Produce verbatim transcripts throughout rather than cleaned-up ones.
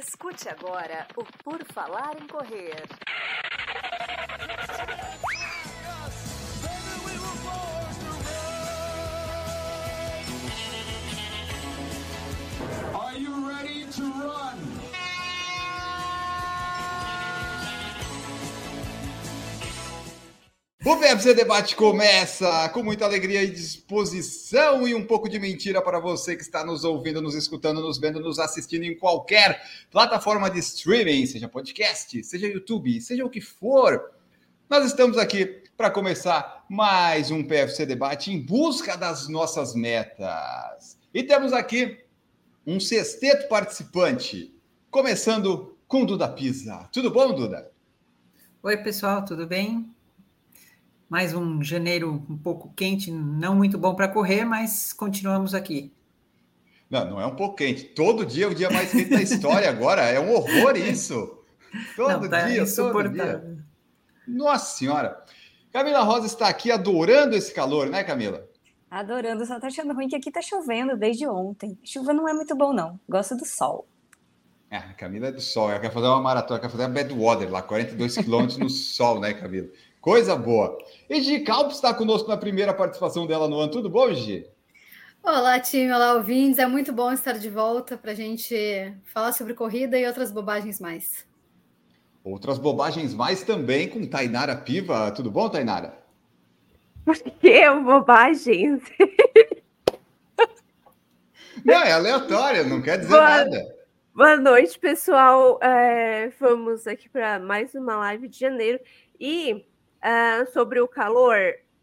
Escute agora o Por Falar em Correr. Are you ready to run? O P F C Debate começa com muita alegria e disposição e um pouco de mentira para você que está nos ouvindo, nos escutando, nos vendo, nos assistindo em qualquer plataforma de streaming, seja podcast, seja YouTube, seja o que for. Nós estamos aqui para começar mais um P F C Debate em busca das nossas metas. E temos aqui um sexteto participante, começando com Duda Pisa. Tudo bom, Duda? Oi, pessoal, tudo bem? Mais um janeiro um pouco quente, não muito bom para correr, mas continuamos aqui. Não, não é um pouco quente. Todo dia é o dia mais quente da história agora. É um horror isso. Todo não, tá dia, todo dia. Nossa Senhora. Camila Rosa está aqui adorando esse calor, né, Camila? Adorando, só tá achando ruim que aqui tá chovendo desde ontem. Chuva não é muito bom, não. Gosto do sol. É, a Camila é do sol. Ela quer fazer uma maratona, quer fazer uma Badwater lá, quarenta e dois quilômetros no sol, né, Camila? Coisa boa. E Gi Calpes está conosco na primeira participação dela no ano. Tudo bom, Gi? Olá, time. Olá, ouvintes. É muito bom estar de volta para a gente falar sobre corrida e outras bobagens mais. Outras bobagens mais também com Tainara Piva. Tudo bom, Tainara? Por que bobagens? Não, é aleatório, não quer dizer boa, nada. Boa noite, pessoal. É, vamos aqui para mais uma live de janeiro. E uh, sobre o calor,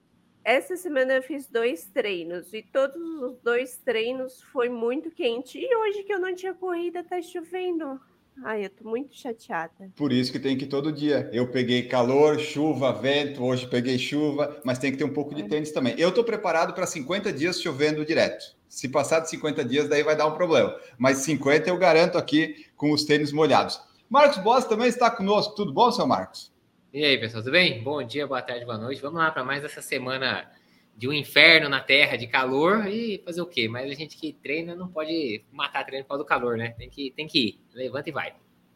essa semana eu fiz dois treinos e todos os dois treinos foi muito quente. E hoje que eu não tinha corrida, tá chovendo. Ai, eu tô muito chateada. Por isso que tem que ir todo dia. Eu peguei calor, chuva, vento, hoje peguei chuva, mas tem que ter um pouco de tênis também. Eu tô preparado para cinquenta dias chovendo direto. Se passar de cinquenta dias, daí vai dar um problema. Mas cinquenta eu garanto aqui com os tênis molhados. Marcos Boas também está conosco. Tudo bom, seu Marcos? E aí, pessoal, tudo bem? Bom dia, boa tarde, boa noite. Vamos lá para mais essa semana de um inferno na terra, de calor e fazer o quê? Mas a gente que treina não pode matar treino por causa do calor, né? Tem que, tem que ir. Levanta e vai.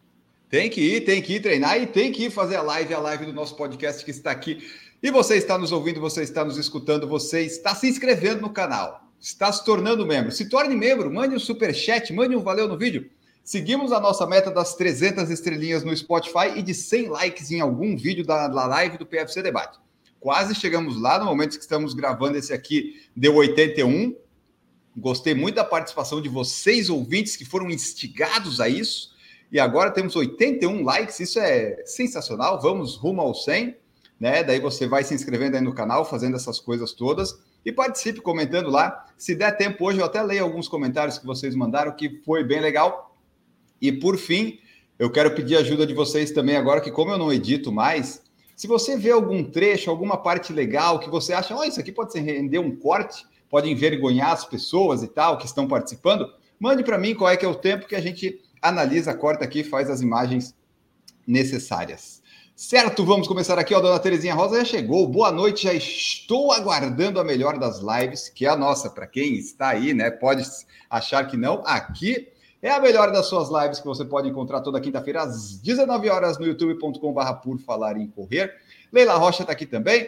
Tem que ir, tem que ir treinar e tem que ir fazer a live, a live do nosso podcast que está aqui. E você está nos ouvindo, você está nos escutando, você está se inscrevendo no canal, está se tornando membro. Se torne membro, mande um superchat, mande um valeu no vídeo. Seguimos a nossa meta das trezentas estrelinhas no Spotify e de cem likes em algum vídeo da, da live do P F C Debate. Quase chegamos lá, no momento que estamos gravando esse aqui, deu oitenta e um. Gostei muito da participação de vocês, ouvintes, que foram instigados a isso. E agora temos oitenta e um likes, isso é sensacional. Vamos rumo ao cem, né? Daí você vai se inscrevendo aí no canal, fazendo essas coisas todas. E participe comentando lá. Se der tempo hoje, eu até leio alguns comentários que vocês mandaram, que foi bem legal. E, por fim, eu quero pedir ajuda de vocês também agora, que como eu não edito mais, se você vê algum trecho, alguma parte legal que você acha, oh, isso aqui pode render um corte, pode envergonhar as pessoas e tal, que estão participando, mande para mim qual é que é o tempo que a gente analisa, corta aqui e faz as imagens necessárias. Certo, vamos começar aqui, ó, a dona Terezinha Rosa já chegou, boa noite, já estou aguardando a melhor das lives, que é a nossa, para quem está aí, né, pode achar que não, aqui é a melhor das suas lives que você pode encontrar toda quinta-feira às dezenove horas no youtube ponto com barra por falar em correr. Leila Rocha está aqui também.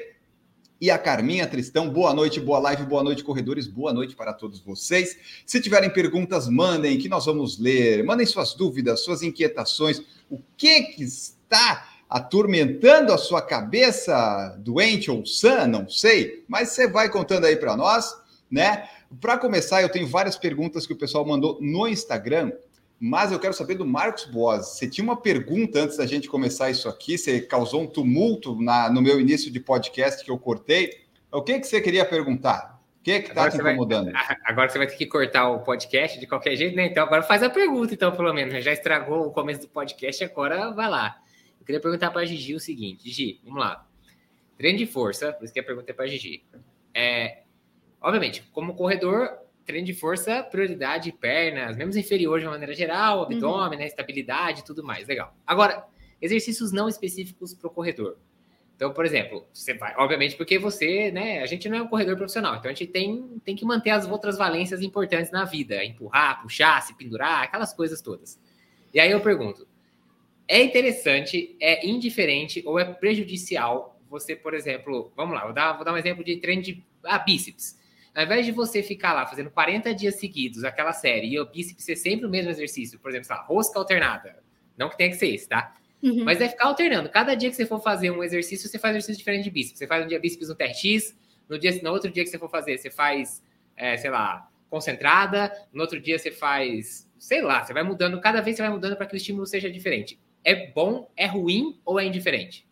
E a Carminha Tristão, boa noite, boa live, boa noite, corredores, boa noite para todos vocês. Se tiverem perguntas, mandem, que nós vamos ler. Mandem suas dúvidas, suas inquietações. O que, que está atormentando a sua cabeça, doente ou sã, não sei. Mas você vai contando aí para nós, né? Para começar, eu tenho várias perguntas que o pessoal mandou no Instagram, mas eu quero saber do Marcos Boas. Você tinha uma pergunta antes da gente começar isso aqui, você causou um tumulto na, no meu início de podcast que eu cortei. O que, que você queria perguntar? O que que está te incomodando? Vai, agora você vai ter que cortar o podcast de qualquer jeito, né? Então agora faz a pergunta, então, pelo menos. Já estragou o começo do podcast, agora vai lá. Eu queria perguntar para a Gigi o seguinte. Gigi, vamos lá. Treino de força, por isso que a pergunta é para a Gigi. É... Obviamente, como corredor, treino de força, prioridade, pernas, membros inferiores de uma maneira geral, abdômen, uhum. né, estabilidade e tudo mais, legal. Agora, exercícios não específicos para o corredor. Então, por exemplo, você vai, obviamente, porque você, né, a gente não é um corredor profissional, então a gente tem, tem que manter as outras valências importantes na vida, empurrar, puxar, se pendurar, aquelas coisas todas. E aí eu pergunto, é interessante, é indiferente ou é prejudicial você, por exemplo, vamos lá, vou dar, vou dar um exemplo de treino de ah, bíceps. Ao invés de você ficar lá fazendo quarenta dias seguidos aquela série e o bíceps ser sempre o mesmo exercício, por exemplo, sei lá, rosca alternada, não que tenha que ser esse, tá? Uhum. Mas é ficar alternando. Cada dia que você for fazer um exercício, você faz um exercício diferente de bíceps. Você faz um dia bíceps no T R X, no, dia, no outro dia que você for fazer, você faz, é, sei lá, concentrada, no outro dia você faz, sei lá, você vai mudando, cada vez você vai mudando para que o estímulo seja diferente. É bom, é ruim ou é indiferente?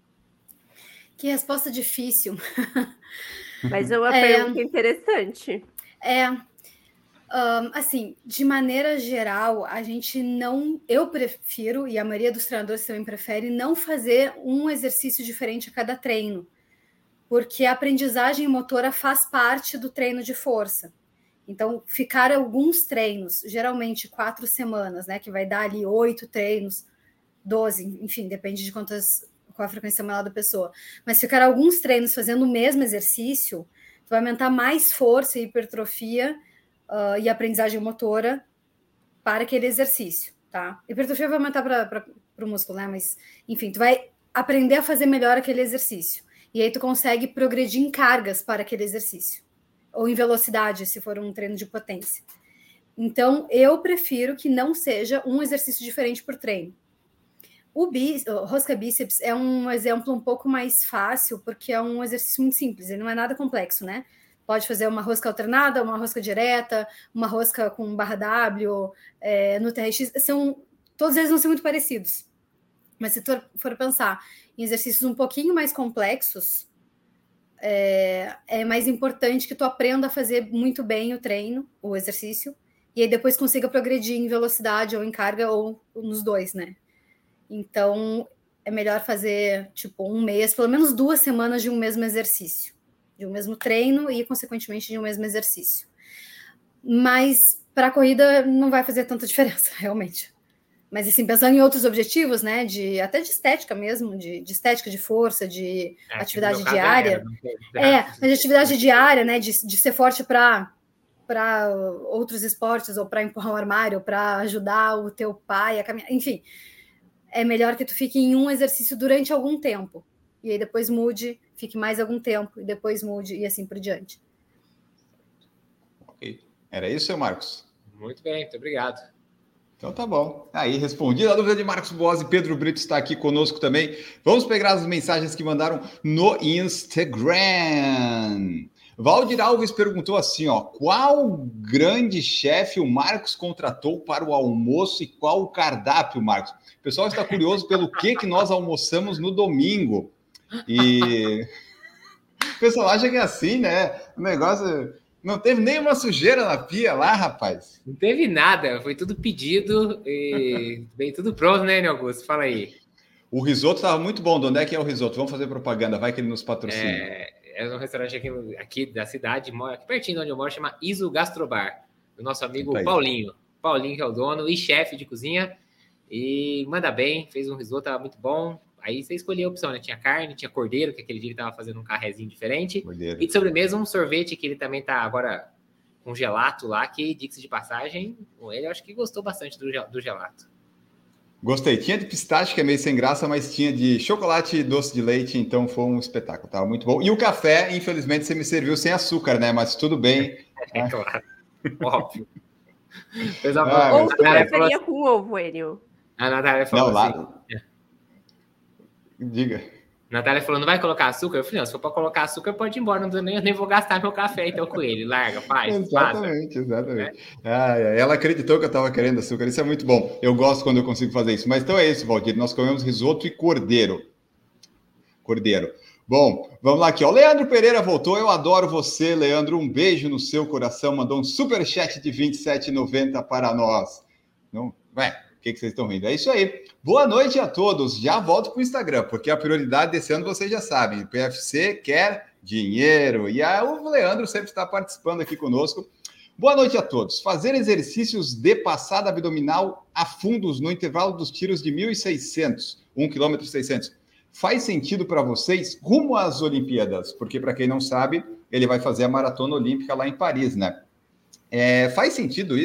Que resposta difícil. Mas é uma é, pergunta interessante. É, um, assim, de maneira geral, a gente não, eu prefiro, e a maioria dos treinadores também prefere, não fazer um exercício diferente a cada treino, porque a aprendizagem motora faz parte do treino de força. Então, ficar alguns treinos, geralmente quatro semanas, né, que vai dar ali oito treinos, doze, enfim, depende de quantas... qual a frequência semanal da pessoa, mas ficar alguns treinos fazendo o mesmo exercício, vai aumentar mais força e hipertrofia uh, e aprendizagem motora para aquele exercício, tá? Hipertrofia vai aumentar para o músculo, né? Mas, enfim, tu vai aprender a fazer melhor aquele exercício. E aí tu consegue progredir em cargas para aquele exercício. Ou em velocidade, se for um treino de potência. Então, eu prefiro que não seja um exercício diferente por treino. O, bí, o rosca bíceps é um exemplo um pouco mais fácil, porque é um exercício muito simples, ele não é nada complexo, né? Pode fazer uma rosca alternada, uma rosca direta, uma rosca com barra W, é, no T R X, são, todos eles vão ser muito parecidos. Mas se tu for pensar em exercícios um pouquinho mais complexos, é, é mais importante que tu aprenda a fazer muito bem o treino, o exercício, e aí depois consiga progredir em velocidade ou em carga, ou nos dois, né? Então, é melhor fazer, tipo, um mês, pelo menos duas semanas de um mesmo exercício. De um mesmo treino e, consequentemente, de um mesmo exercício. Mas, para a corrida, não vai fazer tanta diferença, realmente. Mas, assim, pensando em outros objetivos, né, de, até de estética mesmo, de, de estética de força, de é, atividade diária. É, é, mas de atividade diária, né, de, de ser forte para... para outros esportes, ou para empurrar um armário, ou para ajudar o teu pai a caminhar, enfim... é melhor que tu fique em um exercício durante algum tempo. E aí depois mude, fique mais algum tempo, e depois mude, e assim por diante. Ok. Era isso, seu Marcos? Muito bem, muito obrigado. Então tá bom. Aí, respondida a dúvida de Marcos Boas e Pedro Brito está aqui conosco também. Vamos pegar as mensagens que mandaram no Instagram. Valdir Alves perguntou assim, ó, qual grande chefe o Marcos contratou para o almoço e qual o cardápio, Marcos? O pessoal está curioso pelo que, que nós almoçamos no domingo. E o pessoal acha que é assim, né? O negócio... Não teve nenhuma sujeira na pia lá, rapaz. Não teve nada, foi tudo pedido e veio tudo pronto, né, Augusto? Fala aí. O risoto estava muito bom. De onde é que é o risoto? Vamos fazer propaganda, vai que ele nos patrocina. É, é um restaurante aqui, aqui da cidade, aqui pertinho de onde eu moro, chama Iso Gastrobar, do nosso amigo tá Paulinho. Paulinho, que é o dono e chefe de cozinha. E manda bem, fez um risoto, estava muito bom. Aí você escolhia a opção, né? Tinha carne, tinha cordeiro, que aquele dia ele estava fazendo um carrezinho diferente. Cordeiro. E de sobremesa, um sorvete que ele também está agora com gelato lá, que, diga-se de passagem, ele eu acho que gostou bastante do, do gelato. Gostei. Tinha de pistache, que é meio sem graça, mas tinha de chocolate e doce de leite, então foi um espetáculo. Tava muito bom. E o café, infelizmente, você me serviu sem açúcar, né? Mas tudo bem. É claro. Óbvio. Ah, ou tu preferia assim... com ovo, Enio? A Natália falou não, assim... Lá... Diga. Natália falou, não vai colocar açúcar? Eu falei, não, se for para colocar açúcar, pode ir embora, não, nem, nem vou gastar meu café então com ele. Larga, faz, Exatamente, passa. exatamente. É? Ah, ela acreditou que eu estava querendo açúcar, isso é muito bom. Eu gosto quando eu consigo fazer isso. Mas então é isso, Valdir, nós comemos risoto e cordeiro. Cordeiro. Bom, vamos lá aqui, ó. Leandro Pereira voltou, eu adoro você, Leandro, um beijo no seu coração, mandou um superchat de vinte e sete reais e noventa centavos para nós. Não, ué, o que, que vocês estão rindo? É isso aí. Boa noite a todos. Já volto para o Instagram, porque a prioridade desse ano vocês já sabem. O P F C quer dinheiro. E a, o Leandro sempre está participando aqui conosco. Boa noite a todos. Fazer exercícios de passada abdominal a fundos no intervalo dos tiros de mil e seiscentos, um quilômetro e seiscentos. Faz sentido para vocês rumo às Olimpíadas? Porque, para quem não sabe, ele vai fazer a maratona olímpica lá em Paris, né? É, faz sentido isso?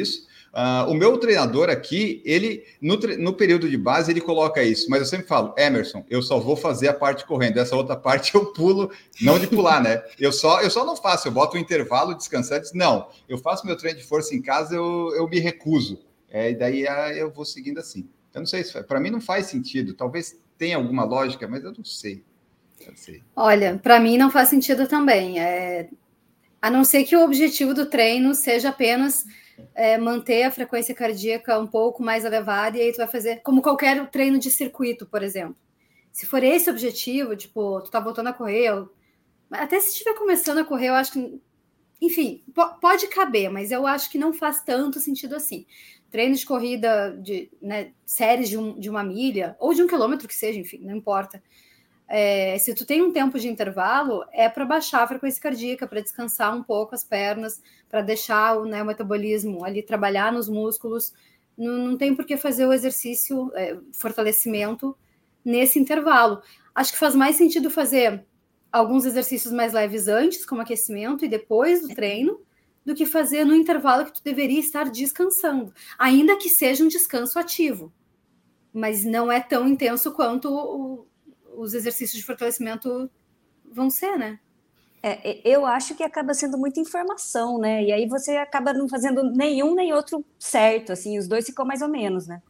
Uh, o meu treinador aqui, ele no, tre- no período de base, ele coloca isso, mas eu sempre falo, Emerson, eu só vou fazer a parte correndo, essa outra parte eu pulo, não de pular, né? Eu só, eu só não faço, eu boto um intervalo descansante, não, eu faço meu treino de força em casa, eu, eu me recuso, é, e daí uh, eu vou seguindo assim. Eu não sei, se para mim não faz sentido, talvez tenha alguma lógica, mas eu não sei. Eu sei. Olha, para mim não faz sentido também, é... a não ser que o objetivo do treino seja apenas é, manter a frequência cardíaca um pouco mais elevada, e aí tu vai fazer como qualquer treino de circuito, por exemplo. Se for esse o objetivo, tipo, tu tá voltando a correr, ou... até se estiver começando a correr, eu acho que, enfim, po- pode caber, mas eu acho que não faz tanto sentido assim. Treino de corrida, de né, séries de, um, de uma milha, ou de um quilômetro que seja, enfim, não importa. É, se tu tem um tempo de intervalo, é para baixar a frequência cardíaca, para descansar um pouco as pernas, para deixar o, né, o metabolismo ali trabalhar nos músculos. Não, não tem por que fazer o exercício, é, fortalecimento nesse intervalo. Acho que faz mais sentido fazer alguns exercícios mais leves antes, como aquecimento, e depois do treino, do que fazer no intervalo que tu deveria estar descansando, ainda que seja um descanso ativo, mas não é tão intenso quanto o os exercícios de fortalecimento vão ser, né? É, eu acho que acaba sendo muita informação, né? E aí você acaba não fazendo nenhum nem outro certo, assim, os dois ficam mais ou menos, né?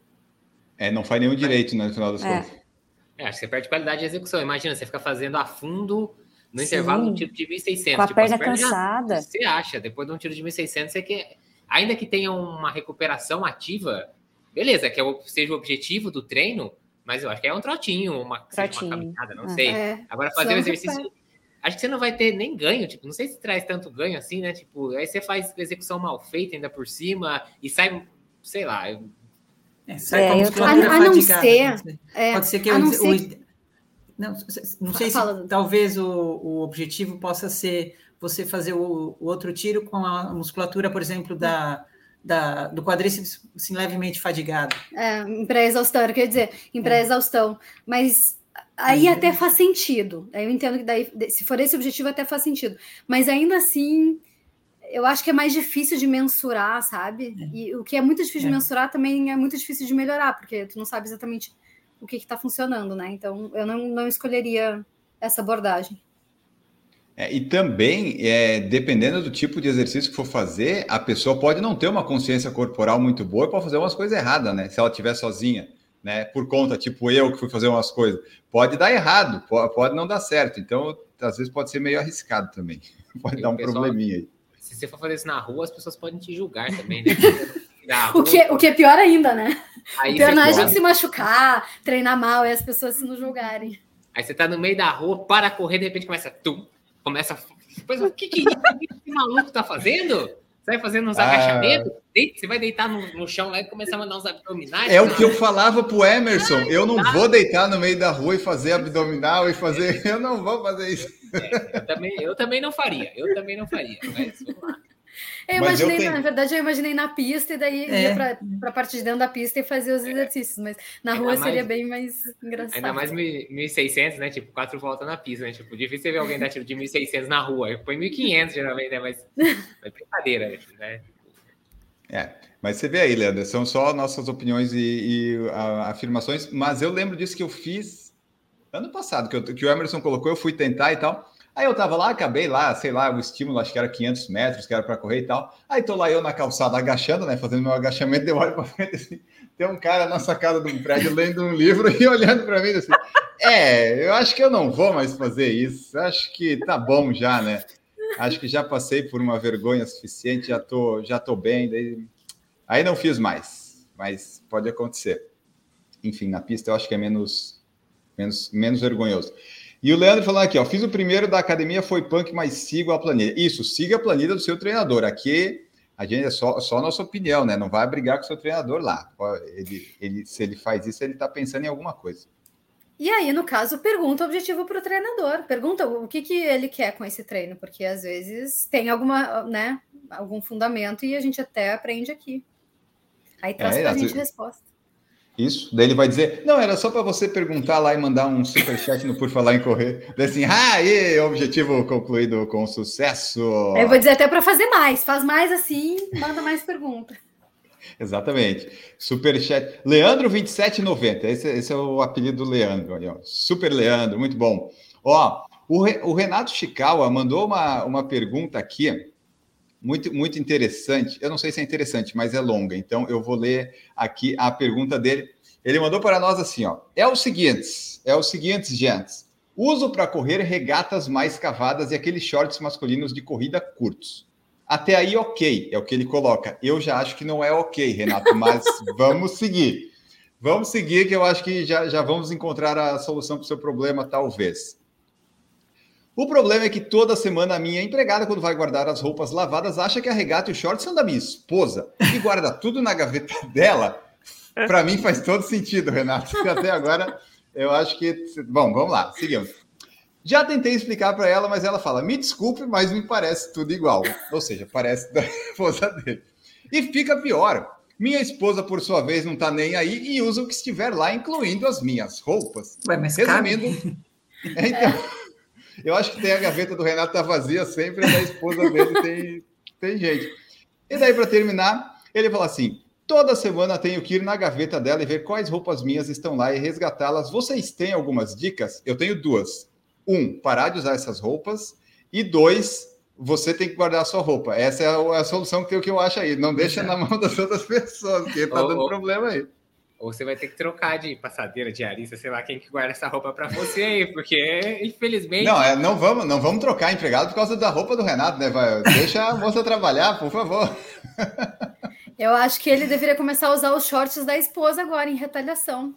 É, não faz nenhum direito, né, no final das É. contas. É, acho que você perde qualidade de execução. Imagina, você fica fazendo a fundo no Sim, intervalo do tiro de mil e seiscentos. com a tipo, as perna pernas já- cansada. Você acha, depois de um tiro de mil e seiscentos, você quer... Ainda que tenha uma recuperação ativa, beleza, que é o- seja o objetivo do treino, mas eu acho que é um trotinho, uma, seja Trotinho. uma caminhada, não É. sei. É, Agora, fazer só o exercício... recupera. Acho que você não vai ter nem ganho, tipo, não sei se traz tanto ganho assim, né? Tipo, aí você faz execução mal feita ainda por cima e sai, sei lá, É, sai É, com a eu musculatura tô- A- a não fadigada, ser- não sei. É, Pode ser que a o, não o- ser não, não sei se Fala, Dudu. talvez o, o objetivo possa ser você fazer o, o outro tiro com a musculatura, por exemplo, da, da, do quadríceps assim, levemente fadigado. É, em pré-exaustão, eu queria dizer, em pré-exaustão. Mas aí Aí- até faz sentido. Aí eu entendo que daí, se for esse o objetivo, até faz sentido. Mas ainda assim, eu acho que é mais difícil de mensurar, sabe? E o que é muito difícil É. de mensurar também é muito difícil de melhorar, porque tu não sabe exatamente o que está funcionando, né? Então, eu não, não escolheria essa abordagem. É, e também, é, dependendo do tipo de exercício que for fazer, a pessoa pode não ter uma consciência corporal muito boa e pode fazer umas coisas erradas, né? Se ela estiver sozinha, né? Por conta, tipo eu que fui fazer umas coisas. Pode dar errado, pode, pode não dar certo. Então, às vezes pode ser meio arriscado também. Pode E dar o um pessoal- probleminha aí. se você for fazer isso na rua, as pessoas podem te julgar também, né? Na O rua, que, o que é pior ainda, né? aí O pior você não é a corre. gente se machucar, treinar mal e as pessoas se nos julgarem. Aí você tá no meio da rua, para a correr, de repente começa tu, começa. Depois, o que que isso que esse maluco tá fazendo? Você vai fazendo uns Ah. agachamentos? Deita- Você vai deitar no, no chão lá e começar a mandar uns abdominais? É o cara? que eu falava pro Emerson. Eu não vou deitar no meio da rua e fazer abdominal e fazer. Eu não vou fazer isso. Eu também, eu também não faria. Eu também não faria. Mas vamos lá. Eu Mas eu imaginei, tenho- na verdade, eu imaginei na pista e daí É. ia pra, pra parte de dentro da pista e fazer os exercícios, mas na Ainda rua mais- seria bem mais engraçado. Ainda mais mil e seiscentos, né? Tipo, quatro voltas na pista, né? Tipo, difícil você ver alguém dar tiro de mil e seiscentos na rua. Põe mil e quinhentos geralmente, né? Mas é brincadeira, né? É, mas você vê aí, Leandro, são só nossas opiniões e, e, a- afirmações, mas eu lembro disso que eu fiz ano passado, que, eu- que o Emerson colocou, eu fui tentar e tal. Aí eu tava lá, acabei lá, sei lá, o estímulo, acho que era quinhentos metros, que era para correr e tal. Aí tô lá eu na calçada agachando, né, fazendo meu agachamento, eu olho para frente assim, tem um cara na sacada de um prédio lendo um livro e olhando para mim assim, é, eu acho que eu não vou mais fazer isso, acho que tá bom já, né? Acho que já passei por uma vergonha suficiente, já tô, já tô bem, daí... Aí não fiz mais, mas pode acontecer. Enfim, na pista eu acho que é menos, menos, menos vergonhoso. E o Leandro falando aqui, ó, fiz o primeiro da academia, foi punk, mas sigo a planilha. Isso, siga a planilha do seu treinador. Aqui a gente é só, só a nossa opinião, né? Não vai brigar com o seu treinador lá. Ele, ele, se ele faz isso, ele está pensando em alguma coisa. E aí, no caso, pergunta o objetivo para o treinador. Pergunta o que, que ele quer com esse treino, porque às vezes tem alguma, né, algum fundamento e a gente até aprende aqui. Aí traz É, para a às gente vezes- resposta. Isso, daí ele vai dizer, não, era só para você perguntar lá e mandar um superchat no Por Falar em Correr. Daí assim, ah, e objetivo concluído com sucesso. Aí eu vou dizer até para fazer mais. Faz mais assim, manda mais pergunta. Exatamente. Superchat. Leandro vinte e sete noventa. Esse, esse é o apelido do Leandro. Aí, ó. Super Leandro, muito bom. Ó, o, Re, o Renato Chikawa mandou uma, uma pergunta aqui, muito, muito interessante. Eu não sei se é interessante, mas é longa. Então, eu vou ler aqui a pergunta dele. Ele mandou para nós assim, ó. É o seguinte, é o seguinte, gente. Uso para correr regatas mais cavadas e aqueles shorts masculinos de corrida curtos. Até aí, ok, é o que ele coloca. Eu já acho que não é ok, Renato, mas vamos seguir. Vamos seguir, que eu acho que já, já vamos encontrar a solução para o seu problema, talvez. O problema é que toda semana a minha empregada, quando vai guardar as roupas lavadas, acha que a regata e o short são da minha esposa e guarda tudo na gaveta dela. Para mim faz todo sentido, Renato. Até agora, eu acho que... Bom, vamos lá, seguimos. Já tentei explicar para ela, mas ela fala, me desculpe, mas me parece tudo igual. Ou seja, parece da esposa dele. E fica pior. Minha esposa, por sua vez, não está nem aí e usa o que estiver lá, incluindo as minhas roupas. Ué, mas resumindo, é, então, eu acho que tem a gaveta do Renato tá vazia sempre, a da esposa dele tem, tem jeito. E daí, para terminar, ele fala assim, toda semana tenho que ir na gaveta dela e ver quais roupas minhas estão lá e resgatá-las. Vocês têm algumas dicas? Eu tenho duas. Um, parar de usar essas roupas. E dois, você tem que guardar a sua roupa. Essa é a, a solução que eu, que eu acho aí. Não deixa na mão das outras pessoas, porque tá dando problema aí. Ou você vai ter que trocar de passadeira, diarista, sei lá, quem que guarda essa roupa para você aí, porque, infelizmente... Não, é, não, vamos, não vamos trocar empregado por causa da roupa do Renato, né? Vai, deixa a moça trabalhar, por favor. Eu acho que ele deveria começar a usar os shorts da esposa agora, em retaliação.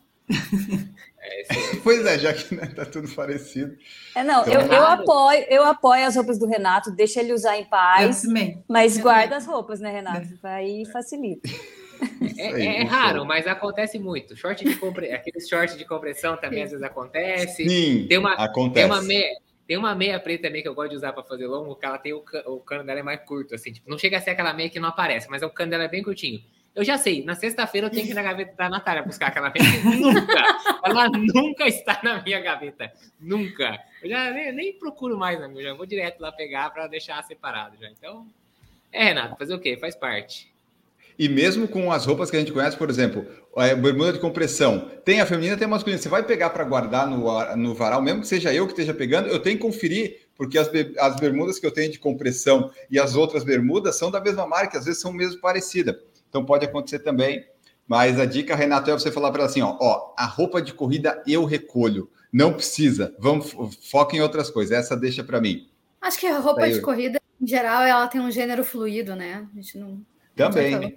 É, pois é, já que né, tá tudo parecido. É, não, então, eu, eu, apoio, eu apoio as roupas do Renato, deixa ele usar em paz, mas eu guarda também. As roupas, né, Renato? Aí facilita. É, é, é raro, mas acontece muito. Short de compre... Aqueles shorts de compressão também Sim. às vezes acontece. Sim, tem uma, acontece. Tem uma meia, tem uma meia preta também que eu gosto de usar para fazer longo, que ela tem o, can... o cano dela é mais curto, assim. Tipo, não chega a ser aquela meia que não aparece, mas o cano dela é bem curtinho. Eu já sei, na sexta-feira eu tenho que ir na gaveta da Natália buscar aquela meia. Nunca! Ela nunca está na minha gaveta. Nunca. Eu já nem, nem procuro mais, amigo. Eu já vou direto lá pegar para deixar separado já. Então, é, Renato, fazer o quê? Faz parte. E mesmo com as roupas que a gente conhece, por exemplo, a bermuda de compressão, tem a feminina, tem a masculina. Você vai pegar para guardar no, no varal, mesmo que seja eu que esteja pegando, eu tenho que conferir, porque as, as bermudas que eu tenho de compressão e as outras bermudas são da mesma marca, às vezes são mesmo parecidas. Então pode acontecer também. Mas a dica, Renato, é você falar para ela assim, ó, ó, a roupa de corrida eu recolho. Não precisa. Vamos, foca em outras coisas. Essa deixa para mim. Acho que a roupa Daí, de corrida, em geral, ela tem um gênero fluido, né? A gente não... Também.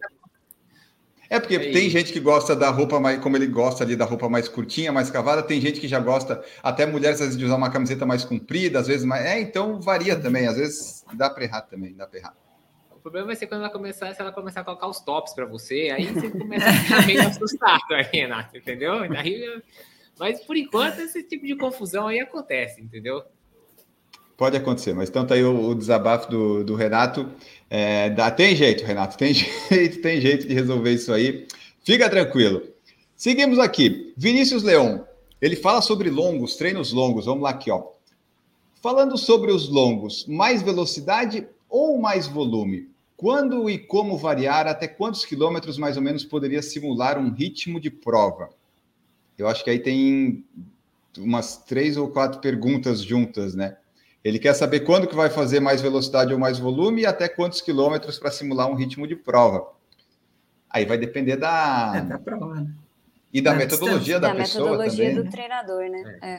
É porque Aí. tem gente que gosta da roupa mais, como ele gosta ali, da roupa mais curtinha, mais cavada, tem gente que já gosta, até mulheres às vezes de usar uma camiseta mais comprida, às vezes mais... É, então varia também, às vezes dá para errar também, dá para errar. O problema vai ser quando ela começar, se ela começar a colocar os tops para você, aí você começa a ficar meio assustado aí, Renato, entendeu? Aí, mas por enquanto esse tipo de confusão aí acontece, entendeu? Pode acontecer, mas tanto aí o, o desabafo do, do Renato, é, dá, tem jeito, Renato, tem jeito, tem jeito de resolver isso aí. Fica tranquilo. Seguimos aqui. Vinícius Leon, ele fala sobre longos, treinos longos. Vamos lá aqui, ó. Falando sobre os longos, mais velocidade ou mais volume? Quando e como variar? Até quantos quilômetros mais ou menos poderia simular um ritmo de prova? Eu acho que aí tem umas três ou quatro perguntas juntas, né? Ele quer saber quando que vai fazer mais velocidade ou mais volume e até quantos quilômetros para simular um ritmo de prova. Aí vai depender da... É, da prova, né? E da, da metodologia da, da pessoa também. Da metodologia do treinador, né? É. É.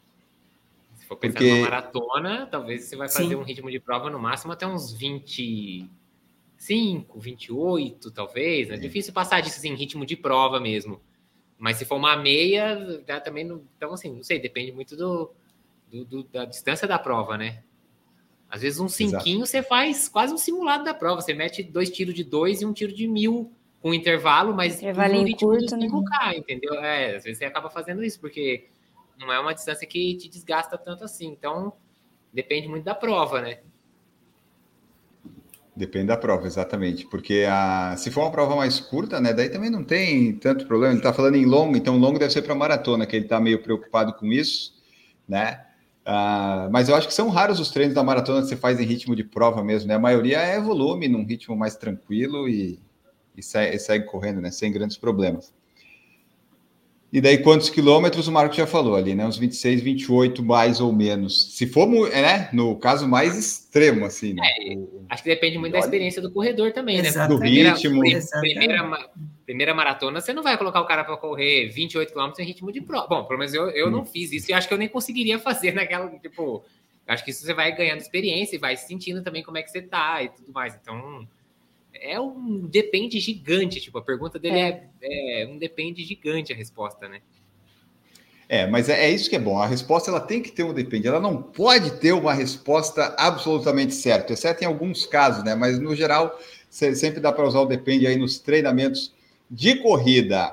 Se for pensar Porque... numa maratona, talvez você vai fazer Sim. um ritmo de prova no máximo até uns vinte e cinco, vinte e oito, talvez. É, é difícil passar disso assim, ritmo de prova mesmo. Mas se for uma meia, já também não... Então, assim, não sei, depende muito do... Do, do, da distância da prova, né? Às vezes um cinquinho Exato. Você faz quase um simulado da prova. Você mete dois tiros de dois e um tiro de mil com intervalo, mas intervalo no ritmo curto, de cinco K, né? Entendeu? É, às vezes você acaba fazendo isso, porque não é uma distância que te desgasta tanto assim. Então, depende muito da prova, né? Depende da prova, exatamente. Porque a, se for uma prova mais curta, né? Daí também não tem tanto problema. Ele tá falando em longo, então longo deve ser para maratona, que ele tá meio preocupado com isso, né? Uh, mas eu acho que são raros os treinos da maratona que você faz em ritmo de prova mesmo, né? A maioria é volume, num ritmo mais tranquilo e, e segue, e segue correndo, né? Sem grandes problemas. E daí, quantos quilômetros? O Marco já falou ali, né? Uns vinte e seis, vinte e oito, mais ou menos. Se for, né? No caso mais extremo, assim, né? É, acho que depende muito da experiência do corredor também, né? Do ritmo. Primeira, primeira maratona, você não vai colocar o cara para correr vinte e oito quilômetros em ritmo de prova. Bom, pelo menos eu, eu não fiz isso e acho que eu nem conseguiria fazer naquela, tipo... Acho que isso você vai ganhando experiência e vai sentindo também como é que você tá e tudo mais. Então... É um depende gigante, tipo, a pergunta dele é, é, é um depende gigante a resposta, né? É, mas é, é isso que é bom, a resposta ela tem que ter um depende, ela não pode ter uma resposta absolutamente certa, exceto em alguns casos, né? Mas no geral, sempre dá para usar o depende aí nos treinamentos de corrida.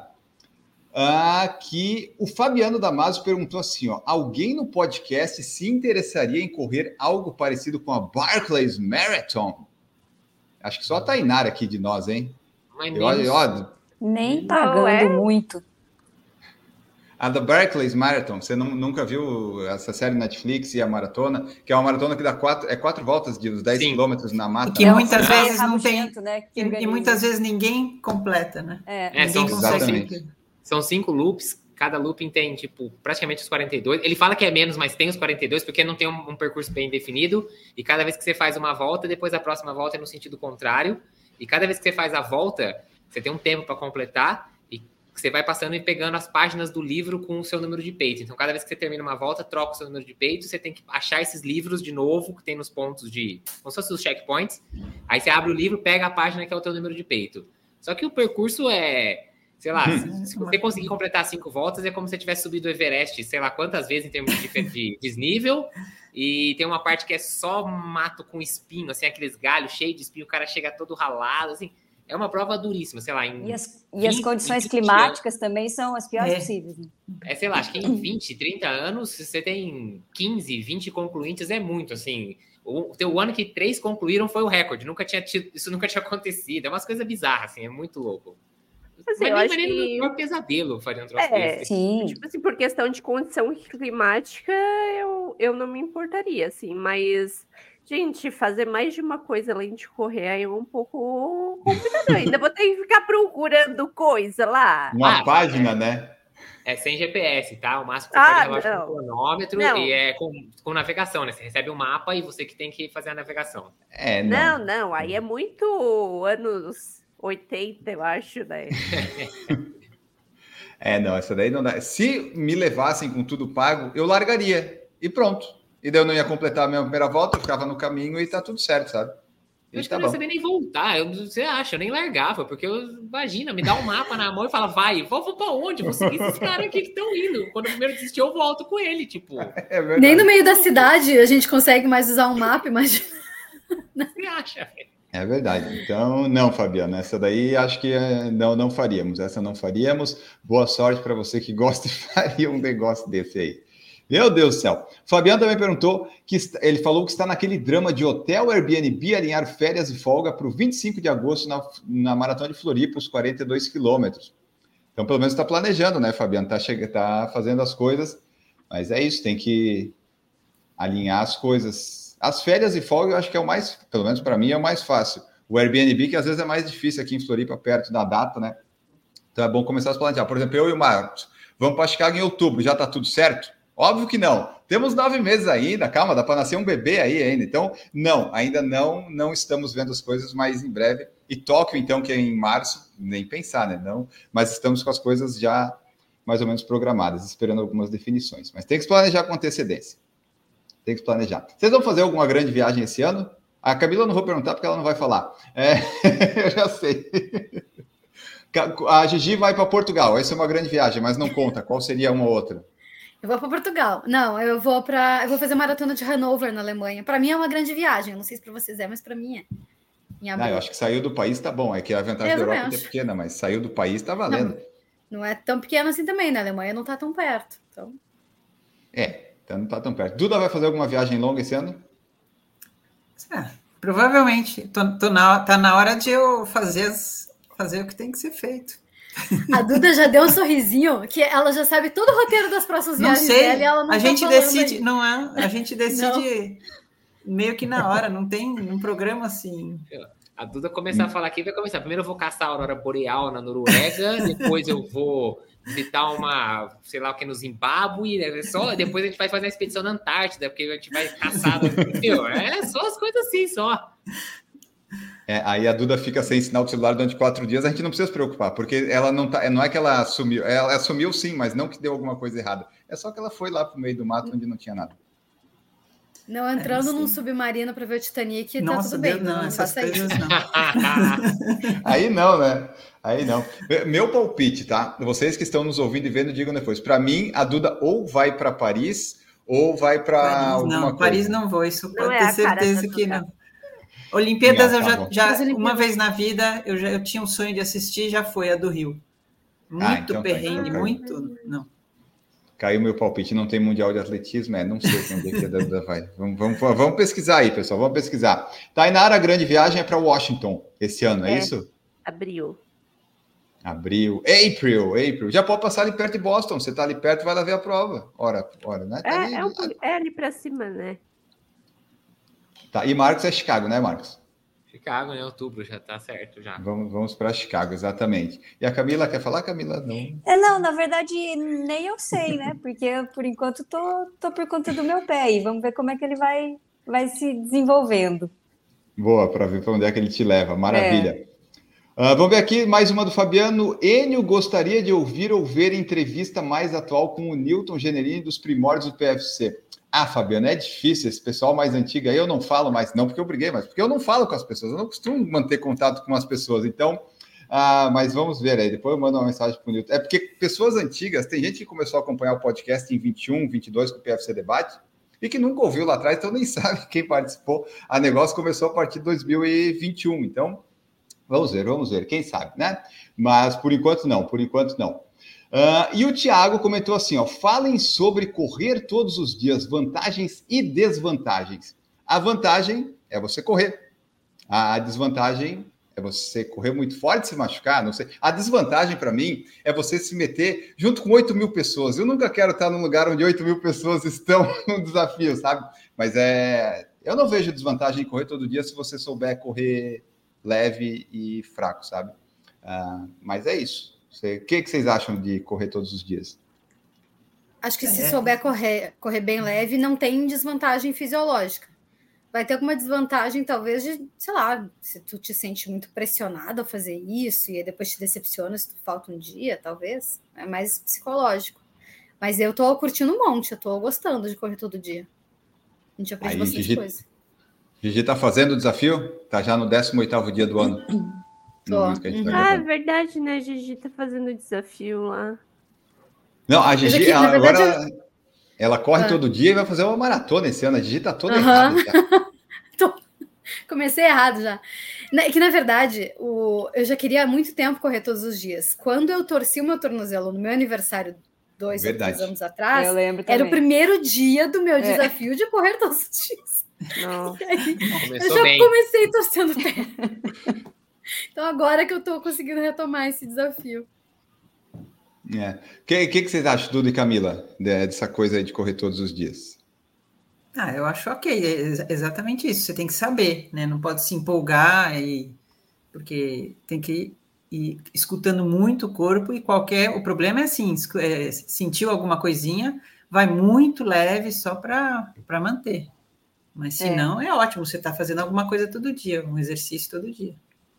Aqui, o Fabiano Damasio perguntou assim, ó, alguém no podcast se interessaria em correr algo parecido com a Barclays Marathon? Acho que só a Tainara aqui de nós, hein? Mas eu, eu, nem pagando é? muito. A da Barclays Marathon, você não, nunca viu essa série Netflix e a maratona? Que é uma maratona que dá quatro, é quatro voltas de uns dez quilômetros na mata. E que muitas é, vezes é não tem... né, e, e muitas vezes ninguém completa, né? É, é ninguém são, consegue. São, são cinco loops, cada looping tem, tipo, praticamente os quarenta e dois. Ele fala que é menos, mas tem os quarenta e dois, porque não tem um, um percurso bem definido. E cada vez que você faz uma volta, depois a próxima volta é no sentido contrário. E cada vez que você faz a volta, você tem um tempo para completar. E você vai passando e pegando as páginas do livro com o seu número de peito. Então, cada vez que você termina uma volta, troca o seu número de peito. Você tem que achar esses livros de novo, que tem nos pontos de... como se fossem os checkpoints. Aí você abre o livro, pega a página que é o teu número de peito. Só que o percurso é... sei lá, hum. se você conseguir completar cinco voltas, é como se você tivesse subido o Everest, sei lá quantas vezes em termos de, de desnível, e tem uma parte que é só mato com espinho, assim, aqueles galhos cheios de espinho, o cara chega todo ralado, assim, é uma prova duríssima, sei lá, em E as, e as condições climáticas anos, também são as piores é. possíveis. Né? É, sei lá, acho que em vinte, trinta anos, se você tem quinze, vinte concluintes, é muito, assim... O, o ano que três concluíram foi o recorde, nunca tinha tido, isso nunca tinha acontecido, é umas coisas bizarras, assim, é muito louco. Assim, mas eu nem acho que... um pesadelo faria um troço é, desse. Sim. Tipo assim, por questão de condição climática, eu, eu não me importaria, assim, mas, gente, fazer mais de uma coisa além de correr aí é um pouco complicado. Ainda vou ter que ficar procurando coisa lá. Uma ah, página, é, né? É sem G P S, tá? O máximo que você ah, pode relógio não. com cronômetro não. e é com, com navegação, né? Você recebe um mapa e você que tem que fazer a navegação. É, não. Não, não, aí é muito anos oitenta, eu acho, né? É, não, essa daí não dá. Se me levassem com tudo pago, eu largaria e pronto. E daí eu não ia completar a minha primeira volta, eu ficava no caminho e tá tudo certo, sabe? Eu acho tá que eu não sabia nem voltar. Eu, você acha? Eu nem largava, porque eu, imagina, me dá um mapa na mão e fala, vai, vou, vou pra onde? Vou seguir esses caras aqui que estão indo. Quando o primeiro desistir, eu volto com ele, tipo. É verdade. Nem no meio da cidade a gente consegue mais usar um mapa, imagina. Você acha? É verdade. Então, não, Fabiana, essa daí acho que não, não faríamos. Essa não faríamos. Boa sorte para você que gosta e faria um negócio desse aí. Meu Deus do céu. Fabiano também perguntou que ele falou que está naquele drama de hotel Airbnb alinhar férias e folga para o vinte e cinco de agosto na, na Maratona de Floripa, os quarenta e dois quilômetros. Então, pelo menos está planejando, né, Fabiano? Está tá fazendo as coisas, mas é isso, tem que alinhar as coisas. As férias e folga eu acho que é o mais, pelo menos para mim, é o mais fácil. O Airbnb, que às vezes é mais difícil aqui em Floripa, perto da data, né? Então é bom começar a planejar. Por exemplo, eu e o Marcos, vamos para Chicago em outubro, já está tudo certo? Óbvio que não. Temos nove meses ainda, calma, dá para nascer um bebê aí ainda. Então, não, ainda não, não estamos vendo as coisas, mas em breve. E Tóquio, então, que é em março, nem pensar, né? Não, mas estamos com as coisas já mais ou menos programadas, esperando algumas definições. Mas tem que planejar com antecedência. Tem que planejar. Vocês vão fazer alguma grande viagem esse ano? A Camila eu não vou perguntar porque ela não vai falar. É, eu já sei. A Gigi vai para Portugal. Essa é uma grande viagem, mas não conta. Qual seria uma outra? Eu vou para Portugal. Não, eu vou para, eu vou fazer maratona de Hannover na Alemanha. Para mim é uma grande viagem. Eu não sei se para vocês é, mas para mim é. Não, eu acho que saiu do país tá bom. É que a vantagem eu da Europa é pequena, mas saiu do país tá valendo. Não, não é tão pequeno assim também, né? A Alemanha não tá tão perto. Então... É, então não tá tão perto. Duda vai fazer alguma viagem longa esse ano? É, provavelmente. Tô, tô na, tá na hora de eu fazer, as, fazer o que tem que ser feito. A Duda já deu um sorrisinho, que ela já sabe todo o roteiro das próximas não viagens sei. dela e ela não a tá gente falando decide, aí. não é? A gente decide meio que na hora, não tem um programa assim. A Duda começar a falar aqui, vai começar. Primeiro eu vou caçar a aurora boreal na Noruega, depois eu vou visitar uma, sei lá o que, no Zimbábue, né? Só, depois a gente vai fazer a expedição na Antártida, porque a gente vai caçar. Meu, é só as coisas assim, só. É, aí a Duda fica sem sinal de celular durante quatro dias, a gente não precisa se preocupar, porque ela não tá, não é que ela sumiu, ela sumiu sim, mas não que deu alguma coisa errada. É só que ela foi lá pro meio do mato onde não tinha nada. Não, entrando é, num submarino para ver o Titanic, Nossa, tá tudo bem. Deus, não, não essas faça coisas isso. não. Aí não, né? Aí não. Meu palpite, tá? Vocês que estão nos ouvindo e vendo, digam depois. Para mim, a Duda ou vai para Paris ou vai para alguma não, coisa. Paris não vou, isso Não pode é ter a cara certeza da que Duda. não. Olimpíadas Ah, eu tá já, bom. já Olimpíadas- uma vez na vida, eu já eu tinha um sonho de assistir, já foi a do Rio. Muito Ah, então tá, perrengue, então tá. muito. Não. Caiu meu palpite, não tem mundial de atletismo, é, não sei onde é que a Duda vai. Vamos, vamos, vamos pesquisar aí, pessoal, vamos pesquisar. Tainara, a grande viagem é para Washington esse ano, é, É. isso? Abril. Abril, April, April. Já pode passar ali perto de Boston, você tá ali perto, vai lá ver a prova. Ora, ora, né? Tá, É, ali, é, um pouco- é ali pra cima, né? tá. E Marcos é Chicago, né, Marcos? Chicago, né? Outubro, já tá certo, já. Vamos, vamos para Chicago, exatamente. E a Camila, quer falar, Camila? Não. É, não, na verdade, nem eu sei, né? Porque eu, por enquanto, tô, tô por conta do meu pé e vamos ver como é que ele vai, vai se desenvolvendo. Boa, para ver para onde é que ele te leva. Maravilha. Ah, vamos ver aqui mais uma do Fabiano. Enio gostaria de ouvir ou ver entrevista mais atual com o Newton Generini dos primórdios do P F C. Ah, Fabiano, é difícil. Esse pessoal mais antigo aí eu não falo mais, não porque eu briguei, mas porque eu não falo com as pessoas. Eu não costumo manter contato com as pessoas. Então, ah, mas vamos ver aí. Depois eu mando uma mensagem para o Newton. É porque pessoas antigas, tem gente que começou a acompanhar o podcast em vinte e um, vinte e dois com o P F C Debate e que nunca ouviu lá atrás, então nem sabe quem participou. A negócio começou a partir de dois mil e vinte e um. Então, vamos ver, vamos ver. Quem sabe, né? Mas por enquanto não, por enquanto não. Uh, e o Thiago comentou assim, ó, falem sobre correr todos os dias, vantagens e desvantagens. A vantagem é você correr. A desvantagem é você correr muito forte e se machucar, não sei. A desvantagem para mim é você se meter junto com oito mil pessoas. Eu nunca quero estar num lugar onde oito mil pessoas estão no desafio, sabe? Mas é... eu não vejo desvantagem em correr todo dia se você souber correr leve e fraco, sabe? Uh, mas é isso. O que, que vocês acham de correr todos os dias? Acho que se É. souber correr, correr bem leve, não tem desvantagem fisiológica. Vai ter alguma desvantagem, talvez, de, sei lá, se tu te sente muito pressionado a fazer isso e aí depois te decepciona se tu falta um dia, talvez. É mais psicológico. Mas eu tô curtindo um monte, eu tô gostando de correr todo dia. A gente aprende Aí, bastante Gigi- coisa. Gigi tá fazendo o desafio? Tá já no décimo oitavo dia do ano. No Tô. momento que a gente tá Uhum. Ah, é gravando. verdade, né? A Gigi tá fazendo o desafio lá. Não, a Gigi, aqui, na ela, verdade, agora ela, ela corre Ah. todo dia e vai fazer uma maratona esse ano. A Gigi tá toda Aham. errada. Já. Comecei errado já. Na- Que, na verdade, o... eu já queria há muito tempo correr todos os dias. Quando eu torci o meu tornozelo no meu aniversário, dois Verdade. ou três anos atrás, Eu lembro também. era o primeiro dia do meu É. desafio de correr todos os dias. Não. E aí, eu Começou já bem. comecei torcendo o pé. Então, agora que eu tô conseguindo retomar esse desafio. É. O que, que, que vocês acham, Duda e Camila, de- dessa coisa aí de correr todos os dias? Ah, eu acho ok, é ex- exatamente isso. Você tem que saber, né? Não pode se empolgar, e, porque tem que ir escutando muito o corpo e qualquer. O problema é assim: escu- é, sentiu alguma coisinha, vai muito leve só para para manter. Mas se É. não, é ótimo você estar fazendo alguma coisa todo dia, um exercício todo dia.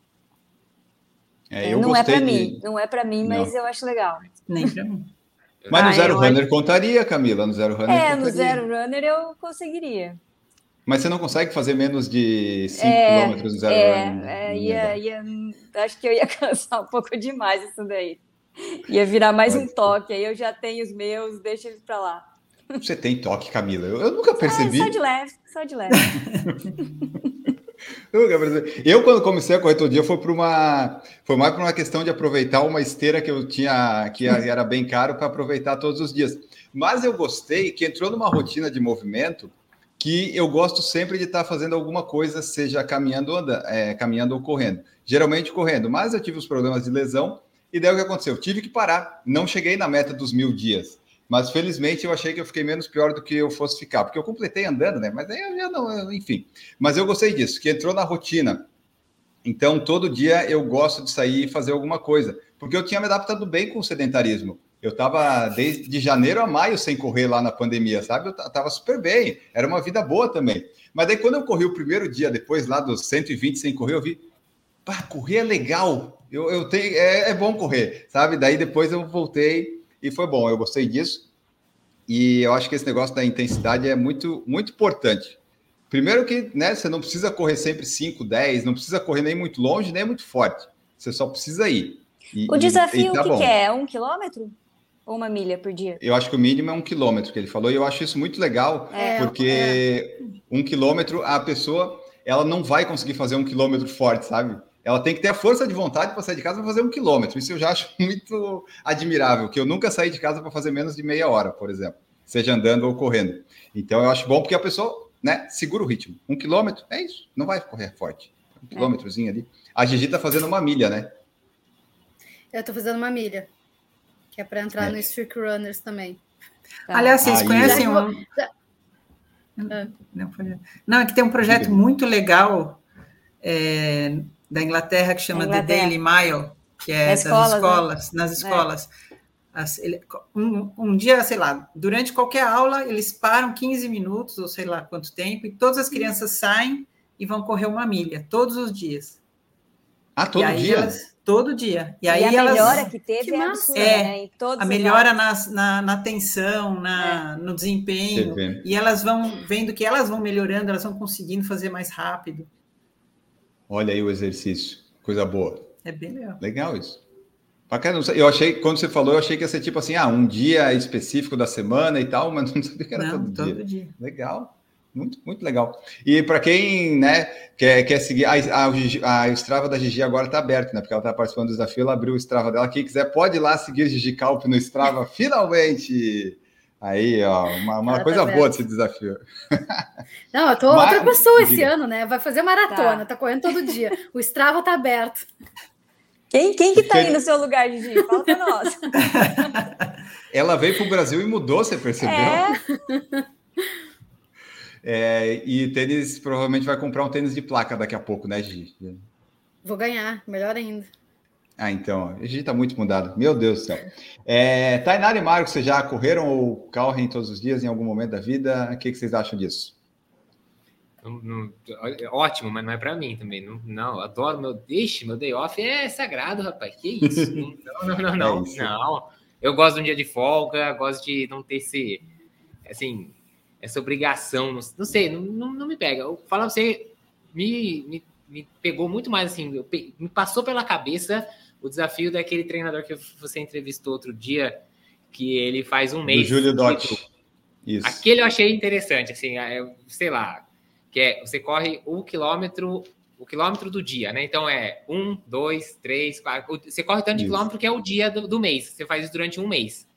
É, É, eu não é gostei para de- mim, não é para mim, mas Não. eu acho legal. Nem para mim. Mas no Ah, Zero eu Runner contaria, Camila? No Zero Runner É, contaria. no Zero Runner eu conseguiria. Mas você não consegue fazer menos de cinco É, quilômetros no Zero é, Runner? é, Não ia, dá. ia, acho que eu ia cansar um pouco demais isso daí. Ia virar mais um Pode ser. toque, aí eu já tenho os meus, deixa eles para lá. Você tem toque, Camila. Eu, eu nunca percebi. É, só de leve, só de leve. Eu, nunca percebi. Eu, quando comecei a correr todo dia, foi para uma. Foi mais para uma questão de aproveitar uma esteira que eu tinha, que era bem caro para aproveitar todos os dias. Mas eu gostei que entrou numa rotina de movimento que eu gosto sempre de estar fazendo alguma coisa, seja caminhando ou, anda, é, caminhando ou correndo. Geralmente correndo, mas eu tive os problemas de lesão, e daí o que aconteceu? Eu tive que parar. Não cheguei na meta dos mil dias. Mas felizmente eu achei que eu fiquei menos pior do que eu fosse ficar, porque eu completei andando, né? Mas aí eu já não, enfim. Mas eu gostei disso, que entrou na rotina Então, todo dia eu gosto de sair e fazer alguma coisa, porque eu tinha me adaptado bem com o sedentarismo. Eu estava desde janeiro a maio sem correr lá na pandemia, sabe? Eu estava super bem, era uma vida boa também. Mas daí, quando eu corri o primeiro dia, depois lá dos cento e vinte sem correr, eu vi, pá, correr é legal, eu, eu tenho, é, é bom correr, sabe? Daí depois eu voltei e foi bom, eu gostei disso. E eu acho que esse negócio da intensidade é muito, muito importante. Primeiro que, né, você não precisa correr sempre cinco, dez, não precisa correr nem muito longe, nem muito forte. Você só precisa ir. E, o desafio, e, e tá o que, bom. que é? Um quilômetro? Ou uma milha por dia? Eu acho que o mínimo é um quilômetro que ele falou, e eu acho isso muito legal, É, porque é. um quilômetro, a pessoa, ela não vai conseguir fazer um quilômetro forte, sabe? Ela tem que ter a força de vontade para sair de casa para fazer um quilômetro. Isso eu já acho muito admirável, que eu nunca saí de casa para fazer menos de meia hora, por exemplo, seja andando ou correndo. Então eu acho bom porque a pessoa, né, segura o ritmo. Um quilômetro, é isso, não vai correr forte. Um quilômetrozinho ali. A Gigi tá fazendo uma milha, né? Eu tô fazendo uma milha, que é para entrar É. no Streak Runners também. Tá. Aliás, vocês Aí. conhecem Já- um... já- Não, foi- não, é que tem um projeto Diga. muito legal é, da Inglaterra que chama Da The Inglaterra. Daily Mile, que é Nas das escolas, né? escolas, nas escolas. As- ele- um, um dia, sei lá, durante qualquer aula, eles param quinze minutos, ou sei lá quanto tempo, e todas as crianças saem e vão correr uma milha, todos os dias. Ah, todo e aí dia? Elas, todo dia. E E, aí a elas... melhora que teve Que é massa. absurda, É, né? Em todos a os melhora lados. nas- na, na atenção, na, no desempenho, Você vê. e elas vão vendo que elas vão melhorando, elas vão conseguindo fazer mais rápido. Olha aí o exercício, coisa boa. É bem legal. Legal isso. Bacana, não sei, eu achei, quando você falou, eu achei que ia ser tipo assim, ah, um dia específico da semana e tal, mas não sabia que era Não, todo, todo dia. dia. Legal, muito, muito legal. E para quem, né, quer, quer seguir, a, a, a- o Strava da Gigi agora está aberto, né, porque ela está participando do desafio, ela abriu o Strava dela, quem quiser pode ir lá seguir Gigi Calp no Strava, finalmente! Aí, ó, uma, uma Ela tá coisa aberta. boa desse desafio. Não, eu tô Mas- outra pessoa esse diga. ano, né? Vai fazer maratona, Tá. tá correndo todo dia. O Strava tá aberto. Quem, quem que tá Porque- aí no seu lugar, Gigi? Fala pra nós. Ela veio para o Brasil e mudou, você percebeu? É, É, e tênis, provavelmente vai comprar um tênis de placa daqui a pouco, né, Gigi? Vou ganhar, melhor ainda. Ah, então, a Gigi está muito mudado. Meu Deus do céu. É, Tainara e Marcos, vocês já correram ou correm todos os dias em algum momento da vida? O que, que vocês acham disso? Não- não- ótimo, mas não é pra mim também. Não, não, adoro meu. Deixe, meu day off é sagrado, rapaz. Que isso? Não, não, não, não. É isso. não. Eu gosto de um dia de folga, gosto de não ter esse. Assim, essa obrigação. Não, não sei, não, não, não me pega. Eu falo pra você, me, me, me pegou muito mais assim. eu pe- me passou pela cabeça o desafio daquele treinador que você entrevistou outro dia, que ele faz um Do mês. Júlio de Dotti. grupo. Isso. Aquele eu achei interessante, assim, é, sei lá, que é, você corre o quilômetro, o quilômetro do dia, né? Então é um, dois, três, quatro. o- Você corre tanto de Isso. quilômetro que é o dia do, do mês. Você faz isso durante um mês.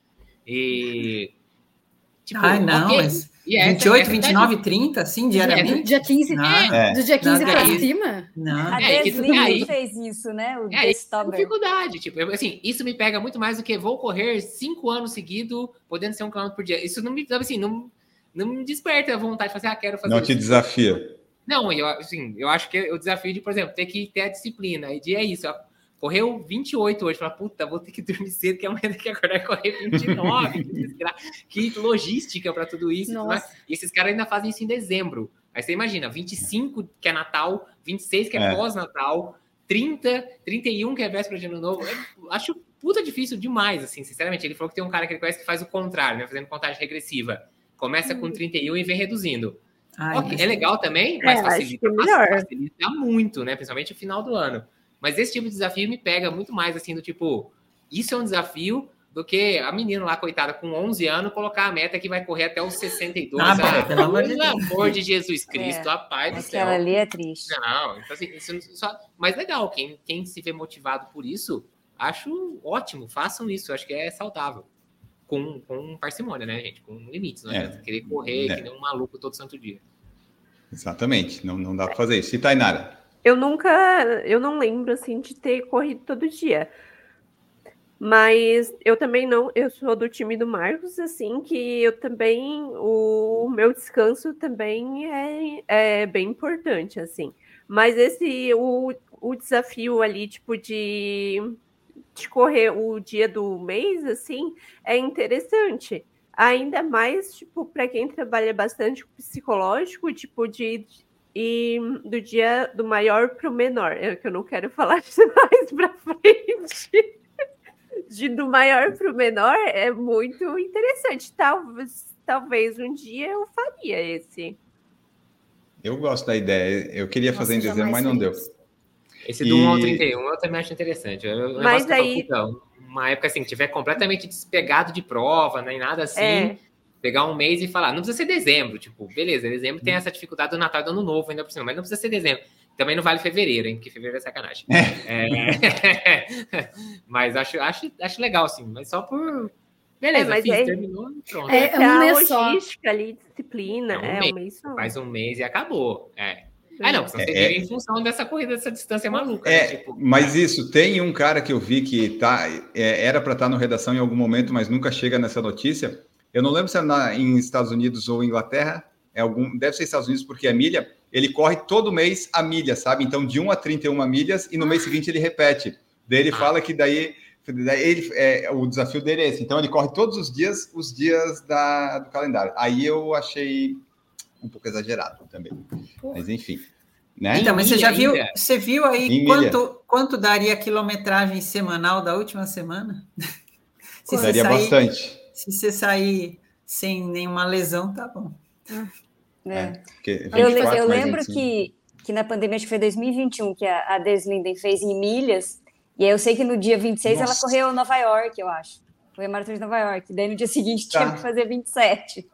E. Tipo, Ai, não, ok. mas E essa- vinte e oito, essa vinte tá e nove, trinta, assim, diariamente? Do dia quinze, Não, É. do dia quinze Não, pra é. cima? não. a É, que tu- Deslize aí- fez isso, né? O É, aí, Destobber. dificuldade. Tipo, eu, assim, isso me pega muito mais do que vou correr cinco anos seguidos, podendo ser um quilômetro por dia. Isso não me, assim, não, não me desperta a vontade de fazer, ah, quero fazer Não te isso. desafia. Não, eu, assim, eu acho que o desafio de, por exemplo, ter que ter a disciplina. E de é isso, ó, correu vinte e oito hoje, fala, puta, vou ter que dormir cedo, que amanhã tem que acordar e correr vinte e nove. que, desgra- que logística para tudo isso. Nossa. Mas, e esses caras ainda fazem isso em dezembro. Aí você imagina, vinte e cinco que é Natal, vinte e seis que é, É. pós-Natal, trinta, trinta e um que é véspera de Ano Novo. Eu acho puta difícil demais, assim, sinceramente. Ele falou que tem um cara que ele conhece que faz o contrário, né, fazendo contagem regressiva. Começa com trinta e um e vem reduzindo. Ai, Ok, mas- é legal também, mas É, acho facilita, que é melhor. facilita muito, né? Principalmente no final do ano. Mas esse tipo de desafio me pega muito mais, assim, do tipo, isso é um desafio do que a menina lá, coitada, com onze anos, colocar a meta que vai correr até os sessenta e dois. Ah, pera, pelo amor de pelo Deus. amor de Jesus Cristo, É, rapaz do céu. Aquela ali é triste. Não, então assim, isso não- só... mas legal, quem, quem se vê motivado por isso, acho ótimo, façam isso, eu acho que é saudável. Com, com parcimônia, né, gente? Com limites, não É. adianta querer correr É. que nem um maluco todo santo dia. Exatamente, não, não dá para fazer isso. E Tainara? Eu nunca, eu não lembro assim de ter corrido todo dia. Mas eu também não, eu sou do time do Marcos, assim, que eu também, o meu descanso também é, é bem importante, assim. Mas esse, o, o desafio ali, tipo, de, de correr o dia do mês, assim, é interessante. Ainda mais, tipo, para quem trabalha bastante com psicológico, tipo, de e do dia do maior para o menor. É que eu não quero falar isso mais para frente. De do maior para o menor é muito interessante. Talvez, talvez um dia eu faria esse. Eu gosto da ideia. Eu queria Nossa, fazer em dezembro, mas jamais não deu. fiz. Esse E- do um ao trinta e um eu também acho interessante. Eu, um Mas negócio que eu falo, aí- puta, uma época assim, que tiver completamente despegado de prova, nem nada assim, É. pegar um mês e falar, não precisa ser dezembro, tipo, beleza, dezembro tem essa dificuldade do Natal e do Ano Novo ainda por cima, mas não precisa ser dezembro. Também não vale fevereiro, hein, porque fevereiro é sacanagem. É. Mas acho, acho, acho legal, assim, mas só por... Beleza, É, mas fiz, é- terminou, pronto. É, É um a mês só. logística ali, disciplina. É um É mês. um mês só. Faz um mês e acabou. É. Ah, não, senão você É, vive em função dessa corrida, dessa distância maluca, É, né? Tipo, mas isso, tem um cara que eu vi que tá, é, era para estar no Redação em algum momento, mas nunca chega nessa notícia. Eu não lembro se é na, em Estados Unidos ou Inglaterra, é algum, deve ser Estados Unidos porque é milha. Ele corre todo mês a milha, sabe? Então, de um a trinta e uma milhas, e no mês seguinte ele repete. Daí ele Ah. fala que daí, daí ele, é, o desafio dele é esse. Então, ele corre todos os dias, os dias da, do calendário. Aí eu achei um pouco exagerado também. Mas, enfim. Né? Então, mas você já viu, ainda? você viu aí Em quanto, quanto daria a quilometragem semanal da última semana? Se você Daria sair- bastante. Se você sair sem nenhuma lesão, tá bom. É. Porque Eu, vinte e quatro eu mais lembro vinte e cinco. que, que na pandemia, acho que foi dois mil e vinte e um, que a, a Deslinden fez em milhas, e aí eu sei que no dia vinte e seis ela Nossa. correu Nova York, eu acho. Foi a maratona de Nova York. Daí no dia seguinte Tá. tinha que fazer vinte e sete.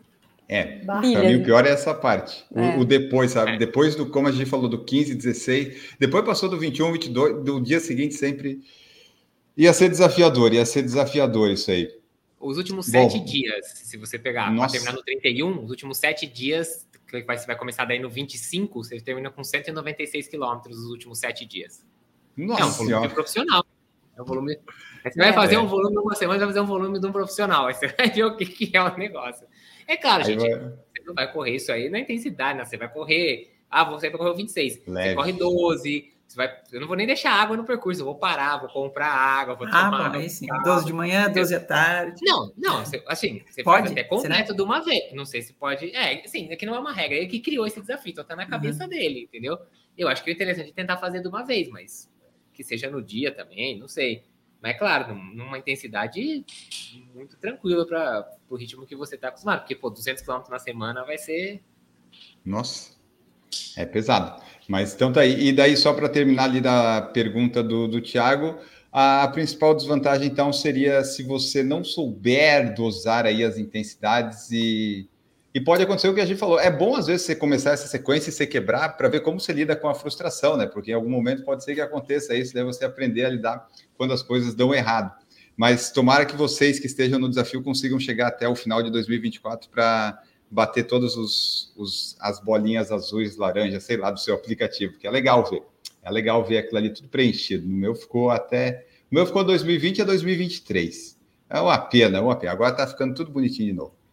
É, Bah. para mim o pior é essa parte. O, É. o depois, sabe? É. Depois do, como a gente falou, do quinze, dezesseis, depois passou do vinte e um, vinte e dois, do dia seguinte sempre ia ser desafiador, ia ser desafiador isso aí. Os últimos Bom. sete dias, se você pegar, para Nossa. terminar no trinta e um, os últimos sete dias, que vai- você vai começar daí no vinte e cinco, você termina com cento e noventa e seis quilômetros os últimos sete dias. Nossa é um volume senhora. de profissional. É um volume... Aí você vai É. fazer É. um volume uma semana, vai fazer um volume de um profissional. Aí você vai ver o que, que é o negócio. É claro, Aí gente, vai- você não vai correr isso aí na intensidade, né? Você vai correr... Ah, você vai correr o vinte e seis. Leve. Você corre doze. Você vai... Eu não vou nem deixar água no percurso. Eu vou parar, vou comprar água, vou Ah, tomar bom, água. aí sim. doze de manhã, doze à tarde. Não, não, você- assim, você Pode? faz até completo Será? de uma vez. Não sei se pode. É, assim, aqui não é uma regra. Ele que criou esse desafio, então tá na cabeça dele, entendeu? Eu acho que o interessante é tentar fazer de uma vez, mas que seja no dia também, não sei. Mas, claro, num- numa intensidade muito tranquila para o ritmo que você tá acostumado. Porque, pô, duzentos quilômetros na semana vai ser. Nossa, é pesado. Mas então tá aí. E daí, só para terminar ali da pergunta do, do Thiago, a principal desvantagem, então, seria se você não souber dosar aí as intensidades e, e pode acontecer o que a gente falou. É bom, às vezes, você começar essa sequência e você quebrar para ver como você lida com a frustração, né? Porque em algum momento pode ser que aconteça isso, daí você aprender a lidar quando as coisas dão errado. Mas tomara que vocês que estejam no desafio consigam chegar até o final de dois mil e vinte e quatro para bater todas os, os, as bolinhas azuis, laranjas, sei lá, do seu aplicativo, que é legal ver. É legal ver aquilo ali tudo preenchido. No meu ficou até... O meu ficou dois mil e vinte a dois mil e vinte e três. É uma pena, é uma pena. Agora tá ficando tudo bonitinho de novo.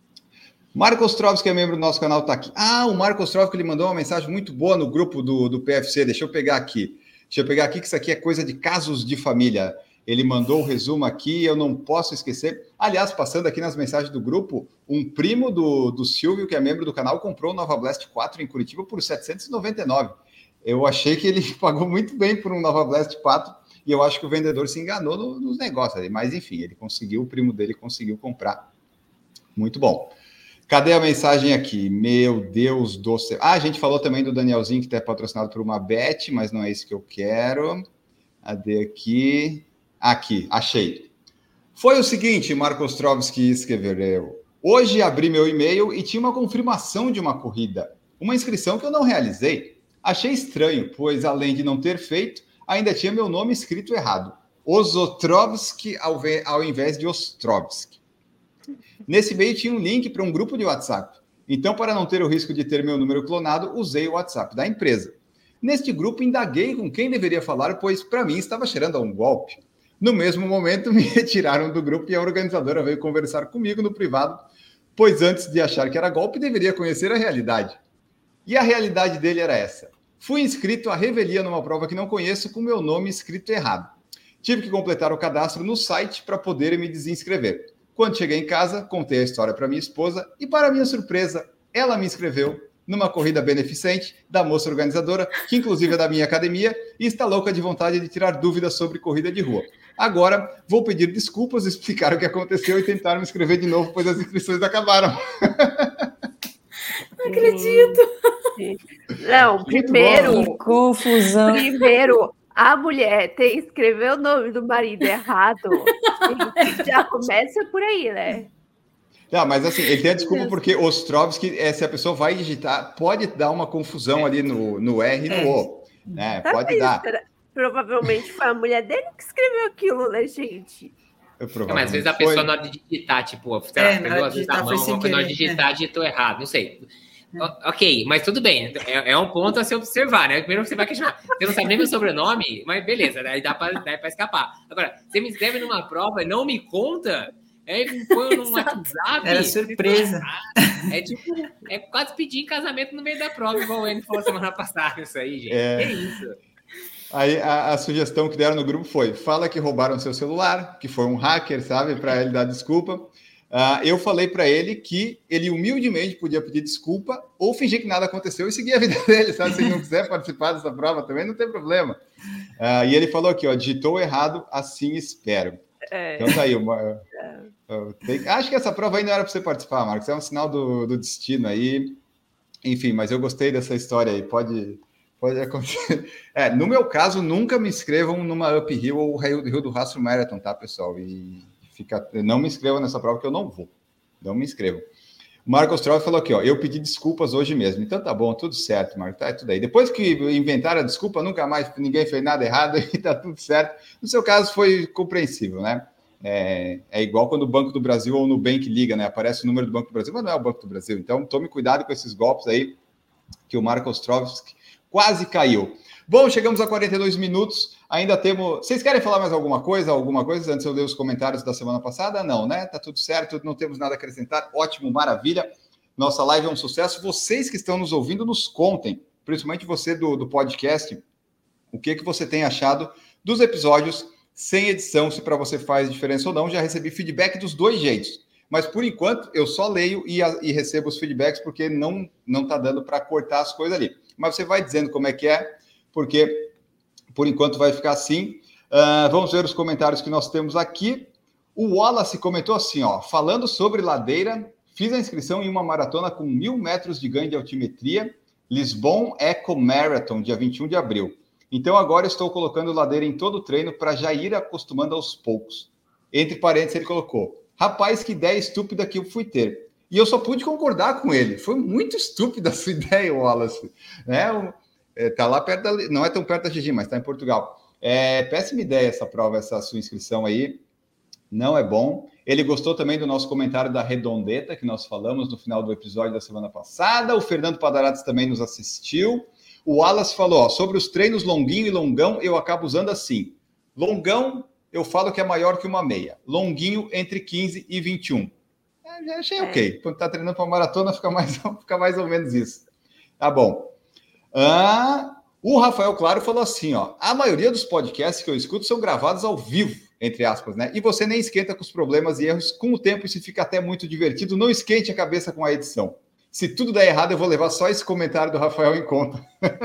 Marco Ostrovski, que é membro do nosso canal, tá aqui. Ah, o Marco Ostrovski, ele mandou uma mensagem muito boa no grupo do, do P F C. Deixa eu pegar aqui. Deixa eu pegar aqui, que isso aqui é coisa de casos de família. Ele mandou o resumo aqui, eu não posso esquecer. Aliás, passando aqui nas mensagens do grupo, um primo do, do Silvio, que é membro do canal, comprou o Nova Blast quatro em Curitiba por setecentos e noventa e nove reais. Eu achei que ele pagou muito bem por um Nova Blast quatro e eu acho que o vendedor se enganou no, nos negócios ali. Mas, enfim, ele conseguiu, o primo dele conseguiu comprar. Muito bom. Cadê a mensagem aqui? Meu Deus do céu. Ah, a gente falou também do Danielzinho, que está patrocinado por uma Bet, mas não é isso que eu quero. Cadê aqui? Aqui, achei. Foi o seguinte, Marco Ostrovski escreveu. Hoje abri meu e-mail e tinha uma confirmação de uma corrida. Uma inscrição que eu não realizei. Achei estranho, pois além de não ter feito, ainda tinha meu nome escrito errado. Osotrovski ao, ao invés de Ostrovski. Nesse e-mail tinha um link para um grupo de WhatsApp. Então, para não ter o risco de ter meu número clonado, usei o WhatsApp da empresa. Neste grupo, indaguei com quem deveria falar, pois para mim estava cheirando a um golpe. No mesmo momento, me retiraram do grupo e a organizadora veio conversar comigo no privado, pois antes de achar que era golpe, deveria conhecer a realidade. E a realidade dele era essa. Fui inscrito à revelia numa prova que não conheço com meu nome escrito errado. Tive que completar o cadastro no site para poder me desinscrever. Quando cheguei em casa, contei a história para minha esposa e, para minha surpresa, ela me inscreveu numa corrida beneficente da moça organizadora, que inclusive é da minha academia, e está louca de vontade de tirar dúvidas sobre corrida de rua. Agora, vou pedir desculpas, explicar o que aconteceu e tentar me inscrever de novo, pois as inscrições acabaram. Não acredito. Não, primeiro... Que confusão. Primeiro, a mulher tem escrever o nome do marido errado. Já começa por aí, né? Não, mas assim, ele tem a desculpa porque Ostrovsky, é, se a pessoa vai digitar, pode dar uma confusão ali no, no R e no O. Né? Pode dar. Provavelmente foi a mulher dele que escreveu aquilo, né, gente? Mas às vezes a pessoa, foi... na hora de digitar, tipo, sei lá, é, pegou às vezes a mão, uma na hora de digitar, é. digitou errado, não sei. É. Ok, mas tudo bem, é, é um ponto a se observar, né? Primeiro você vai questionar, você não sabe nem meu sobrenome, mas beleza, daí dá pra, dá pra escapar. Agora, você me inscreve numa prova e não me conta, aí me põe num WhatsApp. Era surpresa. É tipo, é quase pedir em casamento no meio da prova, igual o N falou semana passada, isso aí, gente. É, que isso? Aí a, a sugestão que deram no grupo foi, fala que roubaram seu celular, que foi um hacker, sabe, para ele dar desculpa. Uh, eu falei para ele que ele humildemente podia pedir desculpa ou fingir que nada aconteceu e seguir a vida dele, sabe? Se ele não quiser participar dessa prova também, não tem problema. Uh, e ele falou aqui, ó, digitou errado, assim espero. É. Então tá aí. Uma, uh, tem, acho que essa prova aí não era para você participar, Marcos, é um sinal do, do destino aí. Enfim, mas eu gostei dessa história aí, pode... Pode acontecer. É, no meu caso, nunca me inscrevam numa uphill ou Rio do Rastro Marathon, tá, pessoal? E fica, não me inscrevam nessa prova que eu não vou. Não me inscrevam. O Marcos Trove falou aqui, ó, eu pedi desculpas hoje mesmo. Então tá bom, tudo certo, Marcos, tá tudo aí. Depois que inventaram a desculpa, nunca mais ninguém fez nada errado e tá tudo certo. No seu caso, foi compreensível, né? É, é igual quando o Banco do Brasil ou o Nubank liga, né? Aparece o número do Banco do Brasil, mas não é o Banco do Brasil. Então, tome cuidado com esses golpes aí que o Marcos Trove quase caiu. Bom, chegamos a quarenta e dois minutos. Ainda temos... Vocês querem falar mais alguma coisa? Alguma coisa antes de eu ler os comentários da semana passada? Não, né? Tá tudo certo, não temos nada a acrescentar. Ótimo, maravilha. Nossa live é um sucesso. Vocês que estão nos ouvindo, nos contem, principalmente você do, do podcast, o que, que você tem achado dos episódios sem edição, se para você faz diferença ou não. Já recebi feedback dos dois jeitos. Mas, por enquanto, eu só leio e, a, e recebo os feedbacks, porque não não está dando para cortar as coisas ali. Mas você vai dizendo como é que é, porque, por enquanto, vai ficar assim. Uh, vamos ver os comentários que nós temos aqui. O Wallace comentou assim, ó, falando sobre ladeira, fiz a inscrição em uma maratona com mil metros de ganho de altimetria, Lisbon Eco Marathon, dia vinte e um de abril. Então, agora estou colocando ladeira em todo o treino para já ir acostumando aos poucos. Entre parênteses, ele colocou, rapaz, que ideia estúpida que eu fui ter. E eu só pude concordar com ele. Foi muito estúpida a sua ideia, Wallace. Né? É, tá lá perto da... Não é tão perto da Gigi, mas está em Portugal. É péssima ideia essa prova, essa sua inscrição aí. Não é bom. Ele gostou também do nosso comentário da redondeta, que nós falamos no final do episódio da semana passada. O Fernando Padarates também nos assistiu. O Wallace falou, ó, sobre os treinos longuinho e longão, eu acabo usando assim. Longão, eu falo que é maior que uma meia. Longuinho, entre quinze e vinte e um. Já achei é. ok. Quando tá treinando para maratona, fica mais, fica mais ou menos isso. Tá bom. Ah, o Rafael Claro falou assim, ó. A maioria dos podcasts que eu escuto são gravados ao vivo, entre aspas, né? E você nem esquenta com os problemas e erros. Com o tempo, isso fica até muito divertido. Não esquente a cabeça com a edição. Se tudo der errado, eu vou levar só esse comentário do Rafael em conta.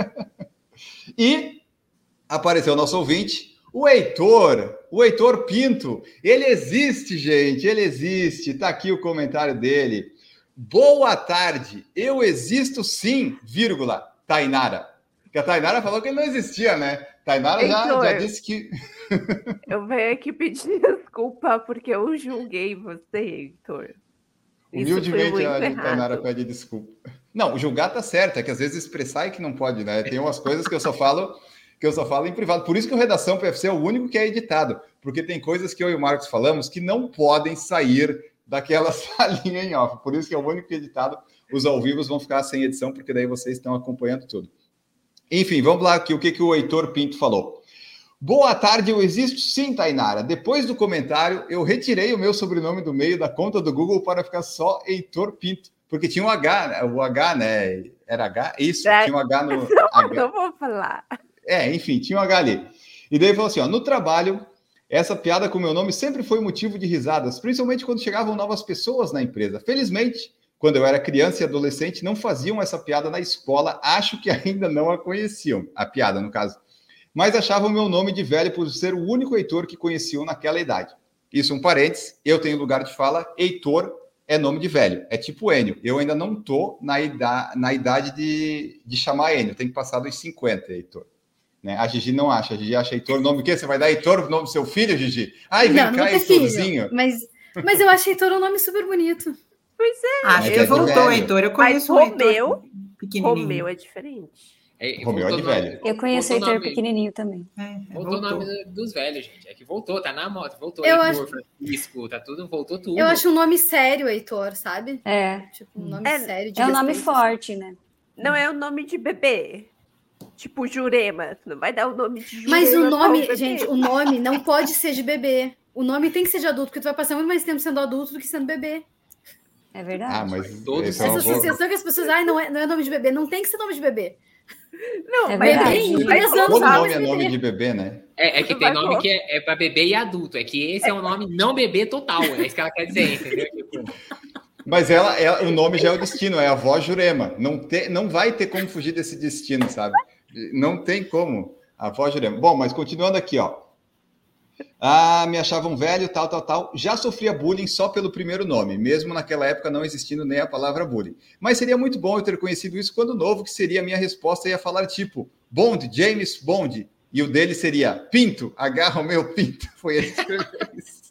E apareceu o nosso ouvinte... O Heitor, o Heitor Pinto, ele existe, gente, ele existe. Tá aqui o comentário dele. Boa tarde, eu existo sim, vírgula, Tainara. Porque a Tainara falou que ele não existia, né? Tainara já, já disse que... Eu venho aqui pedir desculpa porque eu julguei você, Heitor. Humildemente a Tainara pede desculpa. Não, julgar tá certo, é que às vezes expressar é que não pode, né? Tem umas coisas que eu só falo... que eu só falo em privado. Por isso que o Redação P F C é o único que é editado, porque tem coisas que eu e o Marcos falamos que não podem sair daquela salinha em off. Por isso que é o único que é editado. Os ao vivos vão ficar sem edição, porque daí vocês estão acompanhando tudo. Enfim, vamos lá aqui o que, que o Heitor Pinto falou. Boa tarde, eu existo sim, Tainara. Depois do comentário, eu retirei o meu sobrenome do meio da conta do Google para ficar só Heitor Pinto. Porque tinha um H, o H, né? Era H? Isso, É. tinha um H no. Não, H. não vou falar. É, enfim, tinha um H ali. E daí falou assim: ó, no trabalho, essa piada com o meu nome sempre foi motivo de risadas, principalmente quando chegavam novas pessoas na empresa. Felizmente, quando eu era criança e adolescente, não faziam essa piada na escola, acho que ainda não a conheciam, a piada, no caso. Mas achavam meu nome de velho por ser o único Heitor que conheciam naquela idade. Isso um parênteses, eu tenho lugar de fala, Heitor é nome de velho, é tipo Enio. Eu ainda não tô na idade, na idade de, de chamar Enio, tem que passar dos cinquenta, Heitor. Né? A Gigi não acha, a Gigi acha Heitor, nome o quê? Você vai dar Heitor o nome do seu filho, Gigi? Ai, vem não, cá, não é filho, Heitorzinho. mas, mas eu achei Heitor um nome super bonito. Pois é. Acho É que de voltou, velho. Heitor. Eu Mas conheço um Heitor Romeu, pequenininho. Romeu é diferente. É, Romeu é voltou de o nome- velho. Eu conheço voltou o Heitor nome- pequenininho também. É, é, Voltou o voltou. nome dos velhos, gente. É que voltou, tá na moto, voltou. Eu Heitor, acho- Francisco, tá tudo, voltou tudo. Eu acho um nome sério, Heitor, sabe? É, Tipo, um nome É, sério. De é um nome respeito. forte, né? Não é o nome de bebê. Tipo Jurema. Tu não vai dar o nome de Jurema. Mas o pra um nome, bebê. gente, o nome não pode ser de bebê. O nome tem que ser de adulto, porque tu vai passar muito mais tempo sendo adulto do que sendo bebê. É verdade. Ah, mas Todos esse é uma Essa boa- associação que as pessoas, ai, não é, não é nome de bebê. Não tem que ser nome de bebê. Não, É mas verdade. aí Bebê, vai três anos, Todo colocar- nome é bebê. nome de bebê, né? É, é que Tu tem vai nome colocar- que é, é pra bebê e adulto. É que esse é um nome não bebê total. É isso que ela quer dizer, entendeu? Tipo, Mas ela, ela- o nome já é o destino, é a avó Jurema. Não, te, não vai ter como fugir desse destino, sabe? Não tem como. A avó Jurema. Bom, mas continuando aqui, ó. Ah, me achavam velho, tal, tal, tal. Já sofria bullying só pelo primeiro nome, mesmo naquela época não existindo nem a palavra bullying. Mas seria muito bom eu ter conhecido isso quando novo, que seria a minha resposta, ia falar tipo, Bond, James Bond. E o dele seria Pinto, agarra o meu pinto. Foi ele que escreveu isso.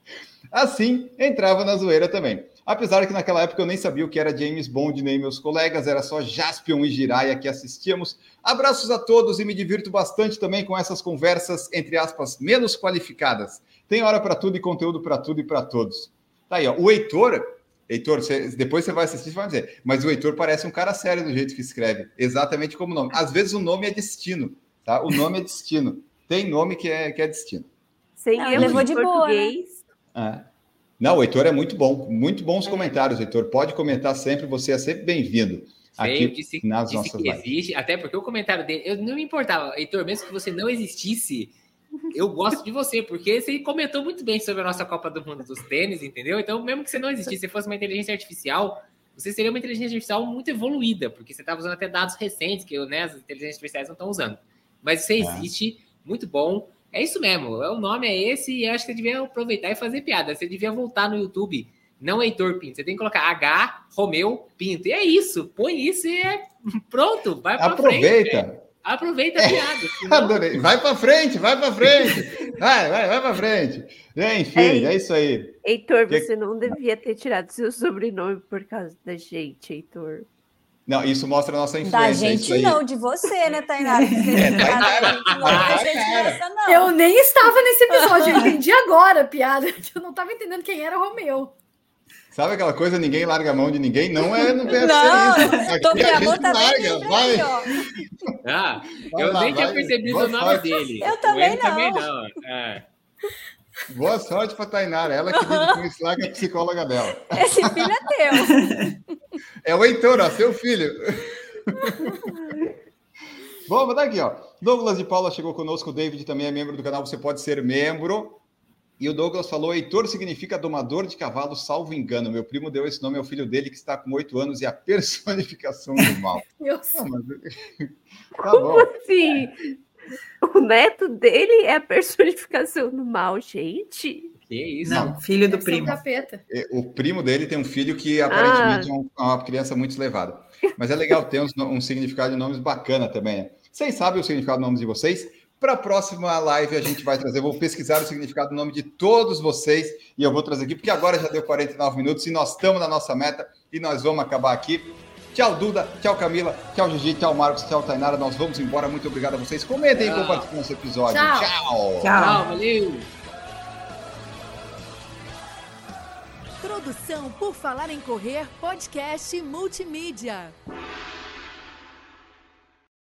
Assim, entrava na zoeira também. Apesar que naquela época eu nem sabia o que era James Bond, nem meus colegas, era só Jaspion e Jiraiya que assistíamos. Abraços a todos e me divirto bastante também com essas conversas, entre aspas, menos qualificadas. Tem hora para tudo e conteúdo para tudo e para todos. Tá aí, ó. O Heitor, Heitor, você, depois você vai assistir e vai dizer, mas o Heitor parece um cara sério do jeito que escreve, exatamente como o nome. Às vezes o nome é destino, tá? O nome é destino. Tem nome que é, que é destino. Sem Não, erro levou de de boa, né? português. É. Não, o Heitor é muito bom, muito bons comentários, Heitor. Pode comentar sempre, você é sempre bem-vindo veio, aqui disse, nas disse nossas que lives. existe, até porque o comentário dele, eu não me importava, Heitor, mesmo que você não existisse, eu gosto de você, porque você comentou muito bem sobre a nossa Copa do Mundo dos tênis, entendeu? Então, mesmo que você não existisse, se fosse uma inteligência artificial, você seria uma inteligência artificial muito evoluída, porque você estava usando até dados recentes, que né, as inteligências artificiais não estão usando. Mas você existe, muito bom. É isso mesmo, o nome é esse e eu acho que você devia aproveitar e fazer piada. Você devia voltar no YouTube, não Heitor Pinto. Você tem que colocar H, Romeu, Pinto. E é isso, põe isso e é pronto, vai pra Aproveita. frente. Aproveita a piada. senão- Adorei. Vai para frente, vai para frente. Vai, vai, vai para frente. Enfim, É é isso aí. Heitor, Que- você não devia ter tirado seu sobrenome por causa da gente, Heitor. Não, isso mostra a nossa influência. Da é isso gente aí. não, de você, né, Tainara? Que você É, não tá Tainara. da gente, não Ah, da gente Tainara. nessa, não. Eu nem estava nesse episódio, eu entendi agora a piada. Eu não estava entendendo quem era o Romeu. Sabe aquela coisa, ninguém larga a mão de ninguém? Não é, não deve Não, ser isso. tô Aqui a minha mão gente tá bem larga, livre vai. aqui, ó. Ah, Vai eu lá, nem tinha vai. percebido Boa o nome sorte. dele. Eu O também Enio também não. não. É. Boa sorte para Tainara, ela que vive com isso lá, que é a psicóloga dela. Esse filho é teu. É o Heitor, ó, seu filho. Bom, vou dar aqui, ó. Douglas de Paula chegou conosco, o David também é membro do canal, você pode ser membro. E o Douglas falou, Heitor significa domador de cavalo, salvo engano. Meu primo deu esse nome ao filho dele, que está com oito anos, e a personificação do mal. Eu Não, mas... Tá bom. Sim, o neto dele é a personificação do mal, gente. Que isso? Não, filho do Deve ser um primo. capeta. O primo dele tem um filho que aparentemente é um- uma criança muito levada. Mas é legal ter uns- um significado de nomes bacana também, né? Vocês sabem o significado do nome de vocês? Para a próxima live a gente vai trazer, eu vou pesquisar o significado do nome de todos vocês e eu vou trazer aqui, porque agora já deu quarenta e nove minutos e nós estamos na nossa meta e nós vamos acabar aqui. Tchau, Duda, tchau, Camila, tchau, Gigi, tchau, Marcos, tchau, Tainara. Nós vamos embora. Muito obrigado a vocês. Comentem e Tchau. compartilhem esse episódio. Tchau. Tchau. Tchau. Tchau, valeu. Produção por Falar em Correr, podcast multimídia.